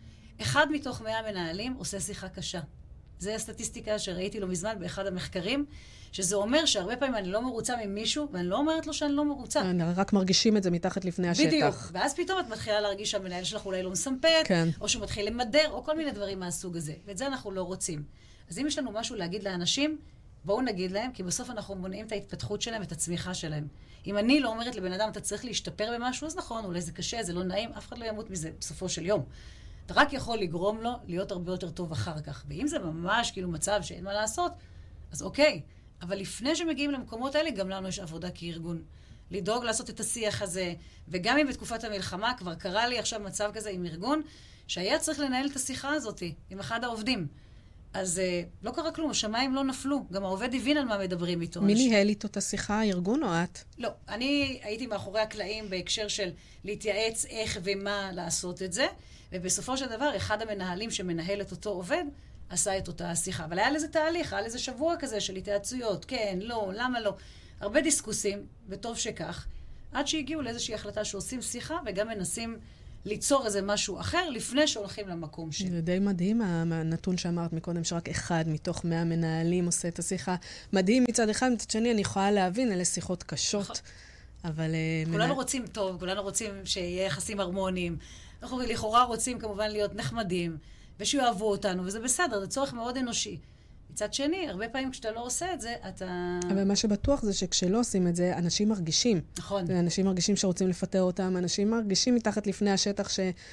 1 מתוך 100 מנהלים עושה שיחה קשה. זה הסטטיסטיקה שראיתי לו מזמן באחד המחקרים, שזה אומר שהרבה פעמים אני לא מרוצה ממישהו, ואני לא אומרת לו שאני לא מרוצה. רק מרגישים את זה מתחת לפני השטח. בדיוק. ואז פתאום את מתחילה להרגיש שהמנהל שלך אולי לא מסמפק, כן. או שהוא מתחיל למדר, או כל מיני דברים מהסוג הזה. ואת זה אנחנו לא רוצים. אז אם יש לנו משהו להגיד לאנשים, בואו נגיד להם, כי בסוף אנחנו מונעים את ההתפתחות שלהם, את הצמיחה שלהם. אם אני לא אומרת לבן אדם, אתה צריך להשתפר במשהו, אז נכון, אולי זה קשה, זה לא נעים, אף אחד לא ימות מזה בסופו של יום. אתה רק יכול לגרום לו להיות הרבה יותר טוב אחר כך. ואם זה ממש כאילו מצב שאין מה לעשות, אז אוקיי. אבל לפני שמגיעים למקומות האלה, גם לנו יש עבודה כארגון. לדאוג לעשות את השיח הזה, וגם אם בתקופת המלחמה כבר קרה לי עכשיו מצב כזה עם ארגון, שהיה צריך לנהל את השיחה הזאת עם אחד העובדים. אז לא קרה כלום, השמיים לא נפלו. גם העובד הבין על מה מדברים איתו. מי ניהל איתו את השיחה, הארגון או את? לא, אני הייתי מאחורי הקלעים בהקשר של להתייעץ איך ומה לעשות את זה, ובסופו של דבר, אחד המנהלים שמנהל את אותו עובד, עשה את אותה השיחה. אבל היה לזה תהליך, היה לזה שבוע כזה של התייעצויות, כן, לא, למה לא. הרבה דיסקוסים, וטוב שכך, עד שהגיעו לאיזושהי החלטה שעושים שיחה, וגם מנסים ליצור איזה משהו אחר, לפני שהולכים למקום שלי. זה די מדהים, הנתון שאמרת מקודם, שרק 1 מתוך 100 מנהלים עושה את השיחה. מדהים מצד אחד, מצד שני, אני יכולה להבין, אלה שיחות קשות, אבל... כולנו רוצים טוב, כולנו רוצים שיהיה יחסים הרמוניים. אנחנו לכאורה רוצים כמובן להיות נחמדים, ושיאהבו אותנו, וזה בסדר, זה צורך מאוד אנושי. מצד שני, הרבה פעמים כשאתה לא עושה את זה, אתה... אבל מה שבטוח זה שכשלא עושים את זה, אנשים מרגישים. נכון. אנשים מרגישים שרוצים לפטר אותם, אנשים מרגישים מתחת לפני השטח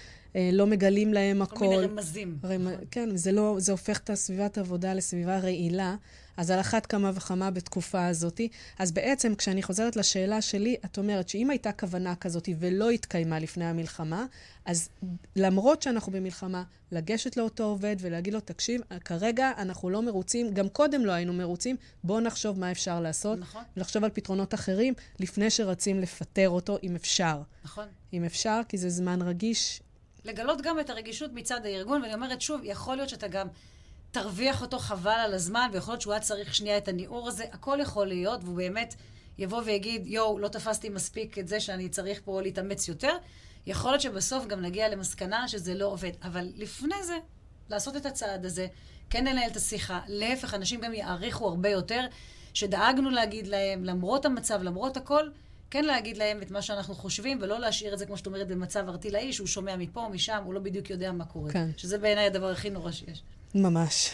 שלא מגלים להם הכל. כל מיני רמזים. כן, זה הופך את הסביבת העבודה לסביבה רעילה, אז על אחת כמה וכמה בתקופה הזאת. אז בעצם, כשאני חוזרת לשאלה שלי, את אומרת שאם הייתה כוונה כזאת ולא התקיימה לפני המלחמה, אז למרות שאנחנו במלחמה, לגשת לאותו עובד ולהגיד לו, תקשיב, כרגע אנחנו לא מרוצים, גם קודם לא היינו מרוצים, בואו נחשוב מה אפשר לעשות, נכון. ולחשוב על פתרונות אחרים, לפני שרצים לפטר אותו, אם אפשר. נכון. אם אפשר, כי זה זמן רגיש. לגלות גם את הרגישות מצד הארגון, ואני אומרת שוב, יכול להיות שאתה גם תרוויח אותו חבל על הזמן, ויכול להיות שהוא היה צריך שנייה את הניעור הזה, הכל יכול להיות, והוא באמת יבוא ויגיד, יו, לא תפסתי מספיק את זה שאני צריך פה להתאמץ יותר, יכול להיות שבסוף גם נגיע למסקנה שזה לא עובד. אבל לפני זה, לעשות את הצעד הזה, כן לנהל את השיחה. להפך, אנשים גם יעריכו הרבה יותר, שדאגנו להגיד להם, למרות המצב, למרות הכל, כן להגיד להם את מה שאנחנו חושבים, ולא להשאיר את זה, כמו שאת אומרת, במצב ארטילאי, שהוא שומע מפה, משם, הוא לא בדיוק יודע מה קורה. כן. שזה בעיניי הדבר הכי נורא שיש. ממש.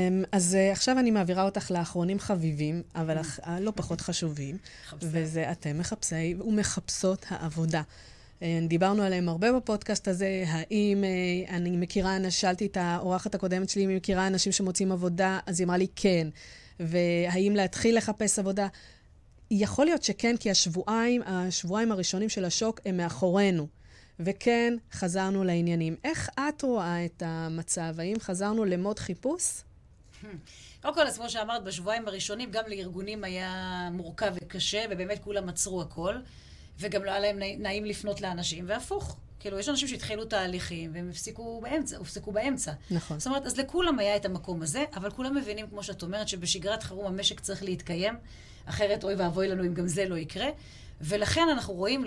אז עכשיו אני מעבירה אותך לאחרונים חביבים, אבל לא פחות חשובים, וזה אתם מחפשי ומחפשות העבודה. דיברנו עליהם הרבה בפודקאסט הזה, האם אני מכירה, שאלתי את האורחת הקודמת שלי, אם היא מכירה אנשים שמוצאים עבודה, אז היא אמרה לי כן, והאם להתחיל לחפש עבודה? יכול להיות שכן, כי השבועיים הראשונים של השוק הם מאחורינו. וכן, חזרנו לעניינים. איך את רואה את המצב? האם חזרנו למוד חיפוש? קודם כל, אז כמו שאמרת, בשבועיים הראשונים גם לארגונים היה מורכב וקשה, ובאמת כולם עצרו הכל, וגם לא היה להם נעים לפנות לאנשים, והפוך. כאילו, יש אנשים שהתחילו תהליכים, והם הופסקו באמצע. נכון. זאת אומרת, אז לכולם היה את המקום הזה, אבל כולם מבינים, כמו שאת אומרת, שבשגרת חירום המשק צריך להתקיים, אחרת אוי ואבוי לנו אם גם זה לא יקרה. ולכן אנחנו רואים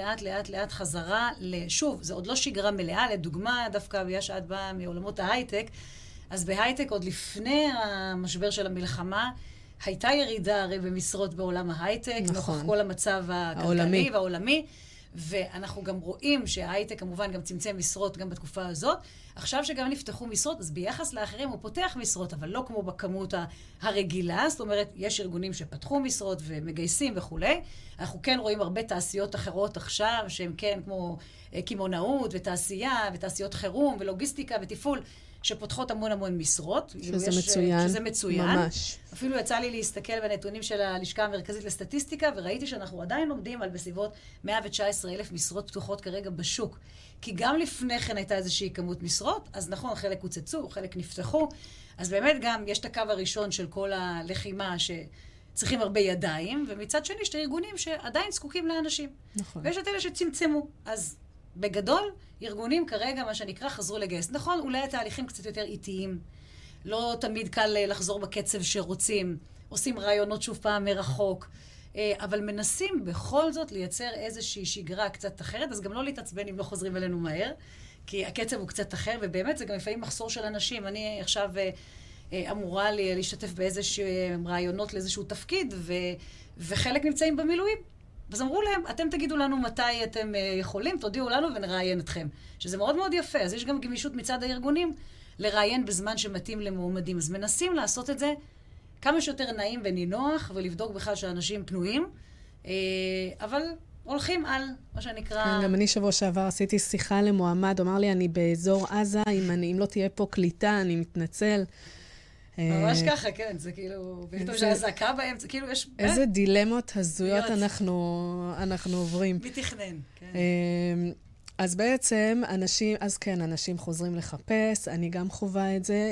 לאט חזרה, שוב, זה עוד לא שגרה מלאה, לדוגמה, דווקא בגלל שאת באה מעולמות ההייטק, אז בהייטק עוד לפני המשבר של המלחמה, הייתה ירידה הרי במשרות בעולם ההייטק, נכון. נוכח כל המצב הכלכלי והעולמי, ואנחנו גם רואים שההייטק כמובן גם צמצם משרות גם בתקופה הזאת. עכשיו שגם נפתחו משרות, אז ביחס לאחרים הוא פותח משרות, אבל לא כמו בכמות הרגילה. זאת אומרת, יש ארגונים שפתחו משרות ומגייסים וכו'. אנחנו כן רואים הרבה תעשיות אחרות עכשיו, שהן כן כמו כימונאות ותעשייה ותעשיות חירום ולוגיסטיקה ותפעול, שפותחות המון משרות. שזה מצוין. שזה מצוין. ממש. אפילו יצא לי להסתכל בנתונים של הלשכה המרכזית לסטטיסטיקה, וראיתי שאנחנו עדיין עומדים על בסביבות 119,000 משרות פתוחות כרגע בשוק. כי גם לפני כן הייתה איזושהי כמות משרות, אז נכון, חלק הוצצו, חלק נפתחו, אז באמת גם יש את הקו הראשון של כל הלחימה שצריכים הרבה ידיים, ומצד שני יש את הארגונים שעדיין זקוקים לאנשים. נכון. ויש את אלה שצמצמו. אז בגדול, ארגונים כרגע, מה שנקרא, חזרו לגייס. נכון, אולי התהליכים קצת יותר איטיים, לא תמיד קל לחזור בקצב שרוצים, עושים רעיונות שוב פעם מרחוק, אבל מנסים בכל זאת לייצר איזושהי שגרה קצת אחרת, אז גם לא להתעצבן אם לא חוזרים אלינו מהר, כי הקצב הוא קצת אחר, ובאמת זה גם לפעמים מחסור של אנשים. אני עכשיו אמורה להשתתף באיזשהו רעיונות לאיזשהו תפקיד, וחלק נמצאים במילואים. אז אמרו להם, אתם תגידו לנו מתי אתם יכולים, תודיעו לנו ונראיין אתכם. שזה מאוד מאוד יפה. אז יש גם גמישות מצד הארגונים לראיין בזמן שמתאים למועמדים. אז מנסים לעשות את זה כמה שיותר נעים ונינוח, ולבדוק בכלל שאנשים פנויים, אבל הולכים על מה שנקרא... כן, גם אני שבוע שעבר עשיתי שיחה למועמד, אמר לי, אני באזור עזה, אם לא תהיה פה קליטה, אני מתנצל. ממש ככה, כן, זה כאילו, פתאום שהזעקה בהם, זה כאילו יש... איזה דילמות הזויות אנחנו עוברים. מי תכנן, כן. אז בעצם אנשים חוזרים לחפש, אני גם חובה את זה,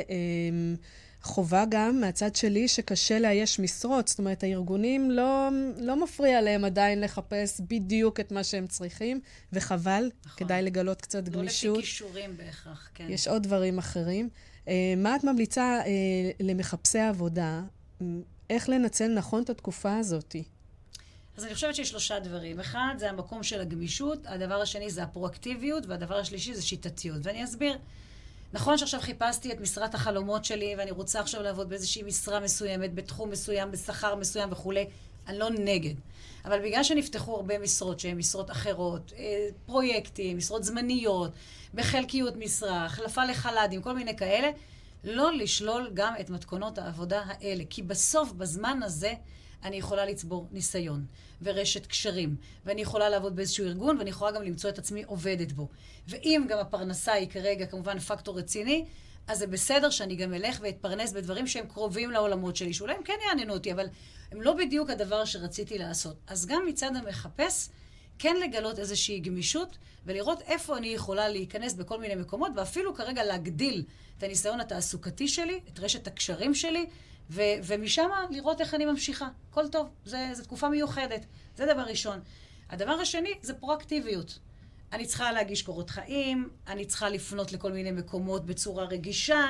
חובה גם מהצד שלי שקשה לאייש משרות, זאת אומרת, הארגונים לא מפריע להם עדיין לחפש בדיוק את מה שהם צריכים, וחבל, כדאי לגלות קצת גמישות. לא לפי כישורים בהכרח, כן. יש עוד דברים אחרים. מה את ממליצה למחפשי עבודה? איך לנצל נכון את התקופה הזאת? אז אני חושבת שיש 3 דברים. אחד, זה המקום של הגמישות, הדבר השני זה הפרואקטיביות, והדבר השלישי זה שיטתיות. ואני אסביר. נכון שעכשיו חיפשתי את משרת החלומות שלי, ואני רוצה עכשיו לעבוד באיזושהי משרה מסוימת, בתחום מסוים, בשכר מסוים וכו'. אני לא נגד. אבל בגלל שנפתחו הרבה משרות שהן משרות אחרות, פרויקטים, משרות זמניות, בחלקיות משרה, החלפה לחל"דים, כל מיני כאלה, לא לשלול גם את מתכונות העבודה האלה. כי בסוף, בזמן הזה, אני יכולה לצבור ניסיון ורשת קשרים, ואני יכולה לעבוד באיזשהו ארגון, ואני יכולה גם למצוא את עצמי עובדת בו. ואם גם הפרנסה היא כרגע כמובן פקטור רציני, אז זה בסדר שאני גם אלך ואתפרנס בדברים שהם קרובים לעולמות שלי, שאולי הם כן יעניינו אותי, אבל הם לא בדיוק הדבר שרציתי לעשות. אז גם מצד המחפש, כן לגלות איזושהי גמישות, ולראות איפה אני יכולה להיכנס בכל מיני מקומות, ואפילו כרגע להגדיל את הניסיון התעסוקתי שלי, את רשת הקשרים שלי, ומשם לראות איך אני ממשיכה. כל טוב, זו תקופה מיוחדת. זה דבר ראשון. הדבר השני זה פרואקטיביות. אני צריכה להגיש קורות חיים, אני צריכה לפנות לכל מיני מקומות בצורה רגישה.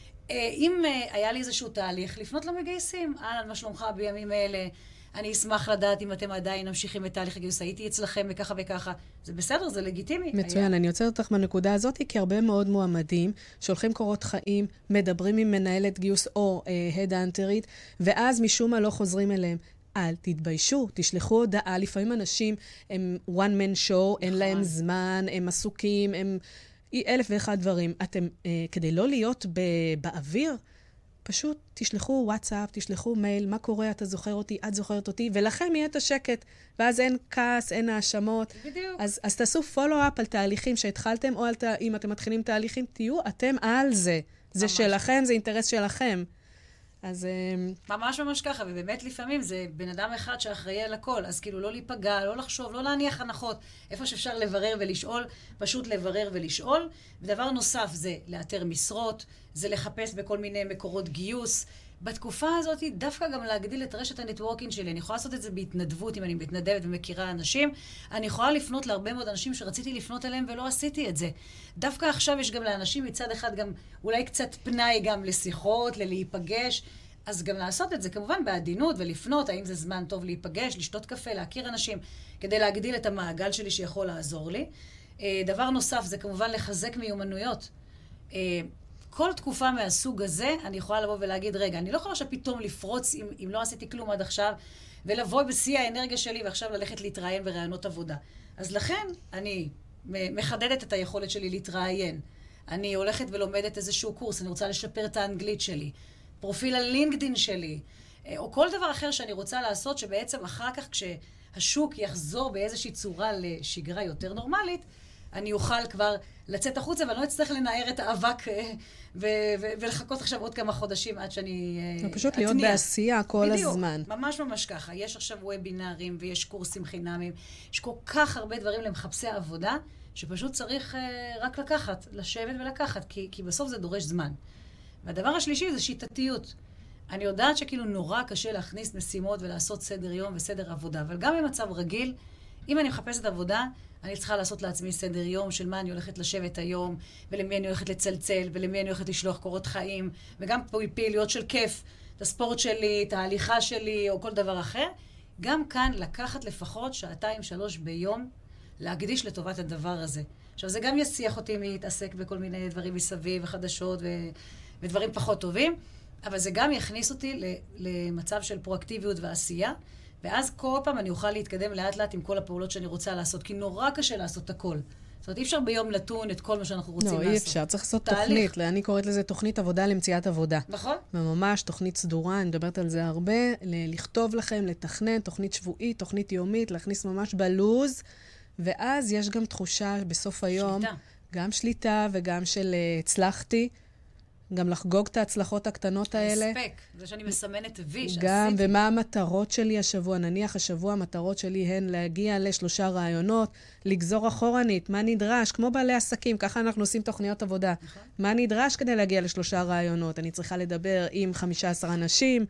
אם היה לי איזשהו תהליך, לפנות למגייסים. מה שלומך בימים אלה? אני אשמח לדעת אם אתם עדיין ממשיכים את תהליך הגיוס. הייתי אצלכם וככה וככה. זה בסדר, זה לגיטימי. מצוין, אני יוצאת אותך מהנקודה הזאת, כי הרבה מאוד מועמדים שולחים קורות חיים, מדברים עם מנהלת גיוס או הדהנטרית, ואז משום מה לא חוזרים אליהם. אל תתביישו, תשלחו הודעה. לפעמים אנשים הם one man show, אין להם זמן, הם עסוקים, אלף ואחד דברים. אתם, כדי לא להיות באוויר, פשוט תשלחו וואטסאפ, תשלחו מייל, מה קורה, אתה זוכר אותי, את זוכרת אותי, ולכם יהיה את השקט. ואז אין כעס, אין האשמות. בדיוק. אז תעשו פולו-אפ על תהליכים שהתחלתם, או אם אתם מתחילים תהליכים, תהיו אתם על זה. זה שלכם, זה אינטרס שלכם. אז... ממש ממש ככה, ובאמת לפעמים זה בן אדם אחד שאחראי על הכל, אז כאילו לא להיפגע, לא לחשוב, לא להניח הנחות, איפה שאפשר לברר ולשאול, פשוט לברר ולשאול. ודבר נוסף זה לאתר משרות, זה לחפש בכל מיני מקורות גיוס. בתקופה הזאת דווקא גם להגדיל את רשת הנטוורקינג שלי. אני יכולה לעשות את זה בהתנדבות, אם אני מתנדבת ומכירה אנשים. אני יכולה לפנות להרבה מאוד אנשים שרציתי לפנות אליהם ולא עשיתי את זה. דווקא עכשיו יש גם לאנשים מצד אחד גם אולי קצת פנאי גם לשיחות, להיפגש. אז גם לעשות את זה כמובן בעדינות ולפנות, האם זה זמן טוב להיפגש, לשתות קפה, להכיר אנשים, כדי להגדיל את המעגל שלי שיכול לעזור לי. דבר נוסף זה כמובן לחזק מיומנויות. כל תקופה מהסוג הזה, אני יכולה לבוא ולהגיד, רגע, אני לא יכולה שפתאום לפרוץ אם לא עשיתי כלום עד עכשיו, ולבוא בשיא האנרגיה שלי, ועכשיו ללכת להתראיין ברעיונות עבודה. אז לכן, אני מחדדת את היכולת שלי להתראיין. אני הולכת ולומדת איזשהו קורס, אני רוצה לשפר את האנגלית שלי, פרופיל הלינקדין שלי, או כל דבר אחר שאני רוצה לעשות, שבעצם אחר כך כשהשוק יחזור באיזושהי צורה לשגרה יותר נורמלית, אני אוכל כבר לצאת החוצה, ואני לא אצטרך לנער את האבק ולחכות עכשיו עוד כמה חודשים עד שאני אתניע. פשוט להיות בעשייה כל הזמן. בדיוק, ממש ממש ככה. יש עכשיו וובינרים ויש קורסים חינמים. יש כל כך הרבה דברים למחפשי עבודה, שפשוט צריך רק לקחת, לשבת ולקחת, כי בסוף זה דורש זמן. והדבר השלישי זה שיטתיות. אני יודעת שכאילו נורא קשה להכניס משימות ולעשות סדר יום וסדר עבודה, אבל גם במצב רגיל, אם אני מחפשת עבודה, אני צריכה לעשות לעצמי סדר יום של מה אני הולכת לשבת היום, ולמי אני הולכת לצלצל, ולמי אני הולכת לשלוח קורות חיים, וגם פעילויות של כיף, את הספורט שלי, את ההליכה שלי, או כל דבר אחר. גם כאן לקחת לפחות 2-3 ביום, להקדיש לטובת הדבר הזה. עכשיו, זה גם יסיח אותי להתעסק בכל מיני דברים מסביב, וחדשות, ודברים פחות טובים, אבל זה גם יכניס אותי למצב של פרואקטיביות ועשייה, ואז כל פעם אני אוכל להתקדם לאט לאט עם כל הפעולות שאני רוצה לעשות, כי נורא קשה לעשות הכל. זאת אומרת, אי אפשר ביום נתון את כל מה שאנחנו רוצים לעשות. לא, אי אפשר, צריך לעשות תוכנית. אני קוראת לזה תוכנית עבודה למציאת עבודה. נכון. וממש תוכנית סדורה, אני מדברת על זה הרבה, לכתוב לכם, לתכנן, תוכנית שבועית, תוכנית יומית, להכניס ממש בלוז, ואז יש גם תחושה בסוף היום, שליטה. גם שליטה וגם של הצלחתי, גם לחגוג את ההצלחות הקטנות האלה. הספק, זה שאני מסמנת וי שעשיתי. גם, ומה המטרות שלי השבוע. נניח השבוע המטרות שלי הן להגיע ל3 רעיונות, לגזור אחורנית, מה נדרש, כמו בעלי עסקים, ככה אנחנו עושים תוכניות עבודה. נכון. מה נדרש כדי להגיע ל3 רעיונות? אני צריכה לדבר עם 15 אנשים,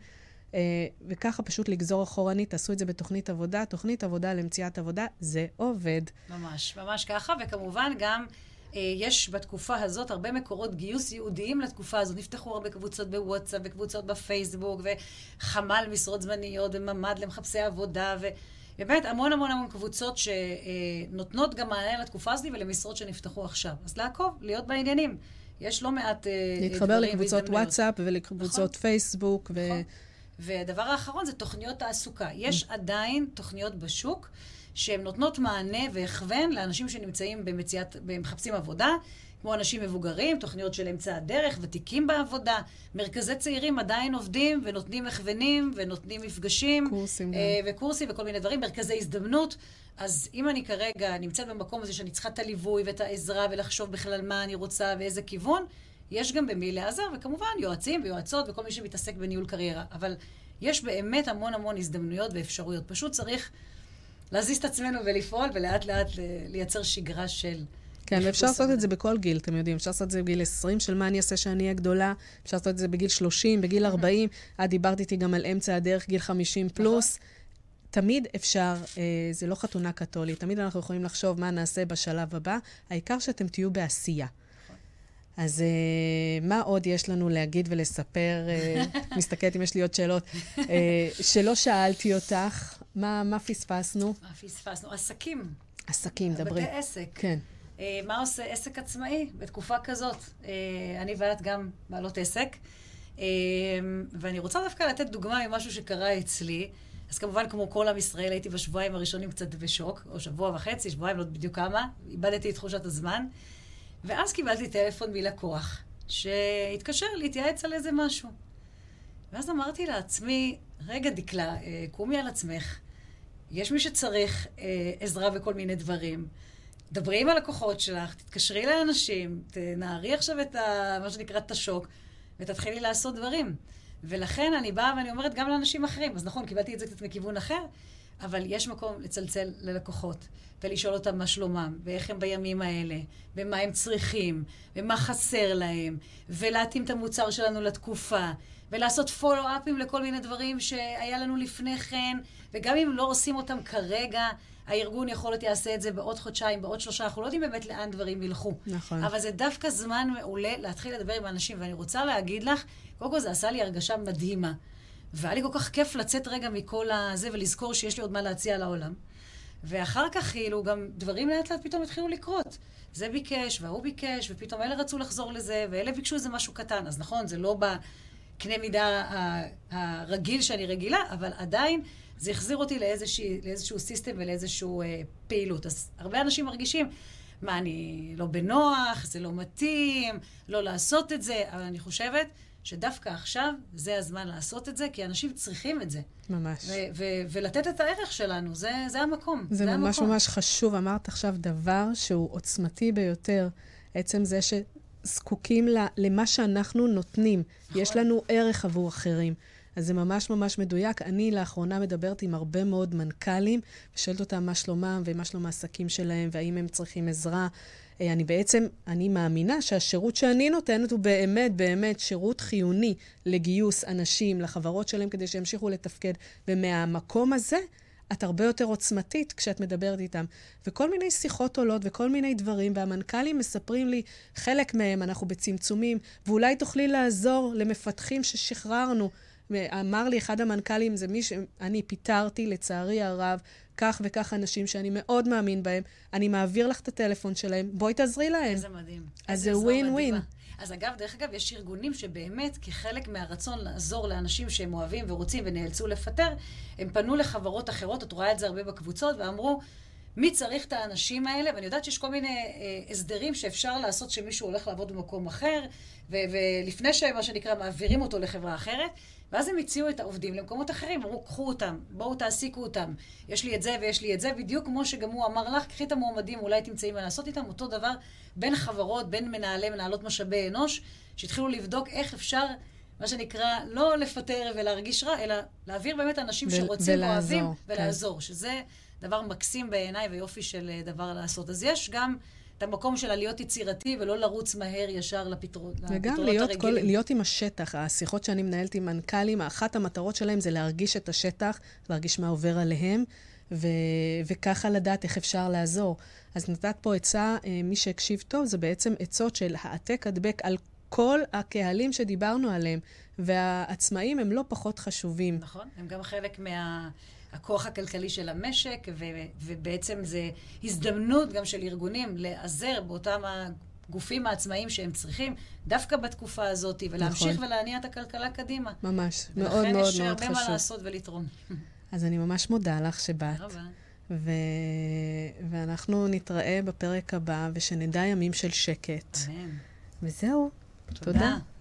וככה פשוט לגזור אחורנית, תעשו את זה בתוכנית עבודה, תוכנית עבודה למציאת עבודה, זה עובד. ממש, ממש ככה, וכמובן גם יש בתקופה הזאת הרבה מקורות גיוס ייעודיים לתקופה הזאת. נפתחו הרבה קבוצות בוואטסאפ וקבוצות בפייסבוק, וחמ"ל משרות זמניות וממ"ד למחפשי עבודה, ובאמת המון המון המון קבוצות שנותנות גם מענה לתקופה הזאת ולמשרות שנפתחו עכשיו. אז לעקוב, להיות בעניינים. יש לא מעט להתחבר לקבוצות וואטסאפ ולקבוצות פייסבוק. נכון. והדבר האחרון זה תוכניות תעסוקה. יש עדיין תוכניות בשוק שהן נותנות מענה והכוון לאנשים שנמצאים במחפשים עבודה, כמו אנשים מבוגרים, תוכניות של אמצע הדרך, ותיקים בעבודה, מרכזי צעירים עדיין עובדים ונותנים הכוונים ונותנים מפגשים, וקורסים וכל מיני דברים, מרכזי הזדמנות. אז אם אני כרגע נמצאת במקום הזה שאני צריכה את הליווי ואת העזרה ולחשוב בכלל מה אני רוצה ואיזה כיוון, יש גם במי לעזר, וכמובן יועצים ויועצות וכל מי שמתעסק בניהול קריירה. אבל יש באמת המון המון הזדמנויות ואפשרויות. פשוט צריך להזיז את עצמנו ולפעול, ולאט לאט לייצר שגרה של... כן, ואפשר לעשות את זה בכל גיל, אתם יודעים. אפשר לעשות את זה בגיל 20, של מה אני אעשה שאני אהיה גדולה. אפשר לעשות את זה בגיל 30, בגיל 40. דיברת איתי גם על אמצע הדרך, גיל 50 פלוס. תמיד אפשר, זה לא חתונה קתולית, תמיד אנחנו יכולים לחשוב מה נעשה בשלב הבא. העיקר שאתם תהיו בעשייה. אז מה עוד יש לנו להגיד ולספר? מסתכלת אם יש לי עוד שאלות. שלא שאלתי אותך, מה פספסנו? מה פספסנו? עסקים. עסקים, דברי. בתי עסק. כן. מה עושה עסק עצמאי בתקופה כזאת? אני ואת גם בעלות עסק, ואני רוצה דווקא לתת דוגמה ממשהו שקרה אצלי. אז כמובן, כמו כל עם ישראל, הייתי בשבועיים הראשונים קצת בשוק, או שבוע וחצי, שבועיים, לא בדיוק כמה, איבדתי את תחושת הזמן. ואז קיבלתי טלפון מלקוח, שהתקשר להתייעץ על איזה משהו. ואז אמרתי לעצמי, רגע דקלה, קומי על עצמך. יש מי שצריך עזרה וכל מיני דברים. דברי עם הלקוחות שלך, תתקשרי לאנשים, תנערי עכשיו את מה שנקרא את השוק, ותתחילי לעשות דברים. ולכן אני באה ואני אומרת גם לאנשים אחרים. אז נכון, קיבלתי את זה קצת מכיוון אחר, אבל יש מקום לצלצל ללקוחות, ולשאול אותם מה שלומם, ואיך הם בימים האלה, ומה הם צריכים, ומה חסר להם, ולהתאים את המוצר שלנו לתקופה, ולעשות פולו-אפים לכל מיני דברים שהיה לנו לפני כן, וגם אם לא עושים אותם כרגע, הארגון יכול להיות יעשה את זה בעוד חודשיים, בעוד 3, אנחנו לא יודעים באמת לאן דברים ילכו. נכון. אבל זה דווקא זמן מעולה להתחיל לדבר עם האנשים, ואני רוצה להגיד לך, קודם כל זה עשה לי הרגשה מדהימה, והיה לי כל כך כיף לצאת רגע מכל הזה, ולזכור שיש לי עוד מה להציע לעולם. ואחר כך כאילו גם דברים לאט לאט פתאום התחילו לקרות. זה ביקש, והוא ביקש, ופתאום אלה רצו לחזור לזה, ואלה ביקשו איזה משהו קטן. אז נכון, זה לא בקנה מידה הרגיל שאני רגילה, אבל עדיין זה החזיר אותי לאיזשהו סיסטם ולאיזשהו פעילות. אז הרבה אנשים מרגישים, מה, אני לא בנוח, זה לא מתאים, לא לעשות את זה, אבל אני חושבת שדווקא עכשיו זה הזמן לעשות את זה, כי אנשים צריכים את זה. ממש. ולתת את הערך שלנו, זה המקום. זה ממש ממש חשוב. אמרת עכשיו דבר שהוא עוצמתי ביותר, עצם זה שזקוקים למה שאנחנו נותנים. נכון. יש לנו ערך עבור אחרים. אז זה ממש ממש מדויק. אני לאחרונה מדברת עם הרבה מאוד מנכ"לים, ושואלת אותם מה שלומם ומה שלום העסקים שלהם, והאם הם צריכים עזרה. אני מאמינה שהשירות שאני נותנת הוא באמת, באמת שירות חיוני לגיוס אנשים, לחברות שלהם, כדי שימשיכו לתפקד. ומהמקום הזה, את הרבה יותר עוצמתית כשאת מדברת איתם. וכל מיני שיחות עולות וכל מיני דברים, והמנכ"לים מספרים לי, חלק מהם אנחנו בצמצומים, ואולי תוכלי לעזור למפתחים ששחררנו. אמר לי אחד המנכ"לים, זה מי שאני פיתרתי לצערי הרב, כך וכך אנשים שאני מאוד מאמין בהם, אני מעביר לך את הטלפון שלהם, בואי תעזרי להם. איזה מדהים. אז זה ווין ווין. אז דרך אגב, יש ארגונים שבאמת, כחלק מהרצון לעזור לאנשים שהם אוהבים ורוצים ונאלצו לפטר, הם פנו לחברות אחרות, את רואה את זה הרבה בקבוצות, ואמרו, מי צריך את האנשים האלה? ואני יודעת שיש כל מיני הסדרים שאפשר לעשות שמישהו הולך לעבוד במקום אחר, ולפני שמה שנקרא מעבירים אותו לחברה אחרת, ואז הם הציעו את העובדים למקומות אחרים, אמרו, קחו אותם, בואו תעסיקו אותם, יש לי את זה ויש לי את זה, בדיוק כמו שגם הוא אמר לך, קחי את המועמדים, אולי תמצאים מה לעשות איתם, אותו דבר בין חברות, בין מנהלות משאבי אנוש, שהתחילו לבדוק איך אפשר, מה שנקרא, לא לפטר ולהרגיש רע, אלא להעביר באמת אנשים שרוצים ואוהבים ולעזור, שזה דבר מקסים בעיניי ויופי של דבר לעשות. אז יש גם את המקום של להיות יצירתי ולא לרוץ מהר ישר לפתרונות הרגילים. וגם להיות עם השטח. השיחות שאני מנהלת עם מנכ"לים, אחת המטרות שלהם זה להרגיש את השטח, להרגיש מה עובר עליהם, וככה לדעת איך אפשר לעזור. אז נתת פה עצה, מי שהקשיב טוב, זה בעצם עצות של העתק הדבק על כל הקהלים שדיברנו עליהם, והעצמאים הם לא פחות חשובים. נכון, הם גם חלק הכוח הכלכלי של המשק, ובעצם זה הזדמנות גם של ארגונים לעזר באותם הגופים העצמאיים שהם צריכים, דווקא בתקופה הזאת, ולהמשיך נכון. ולהניע את הכלכלה קדימה. ממש, מאוד מאוד מאוד חשוב. ולכן יש הרבה מה לעשות ולתרום. אז אני ממש מודה לך שבאת. ואנחנו נתראה בפרק הבא, ושנדע ימים של שקט. אמן. וזהו. תודה.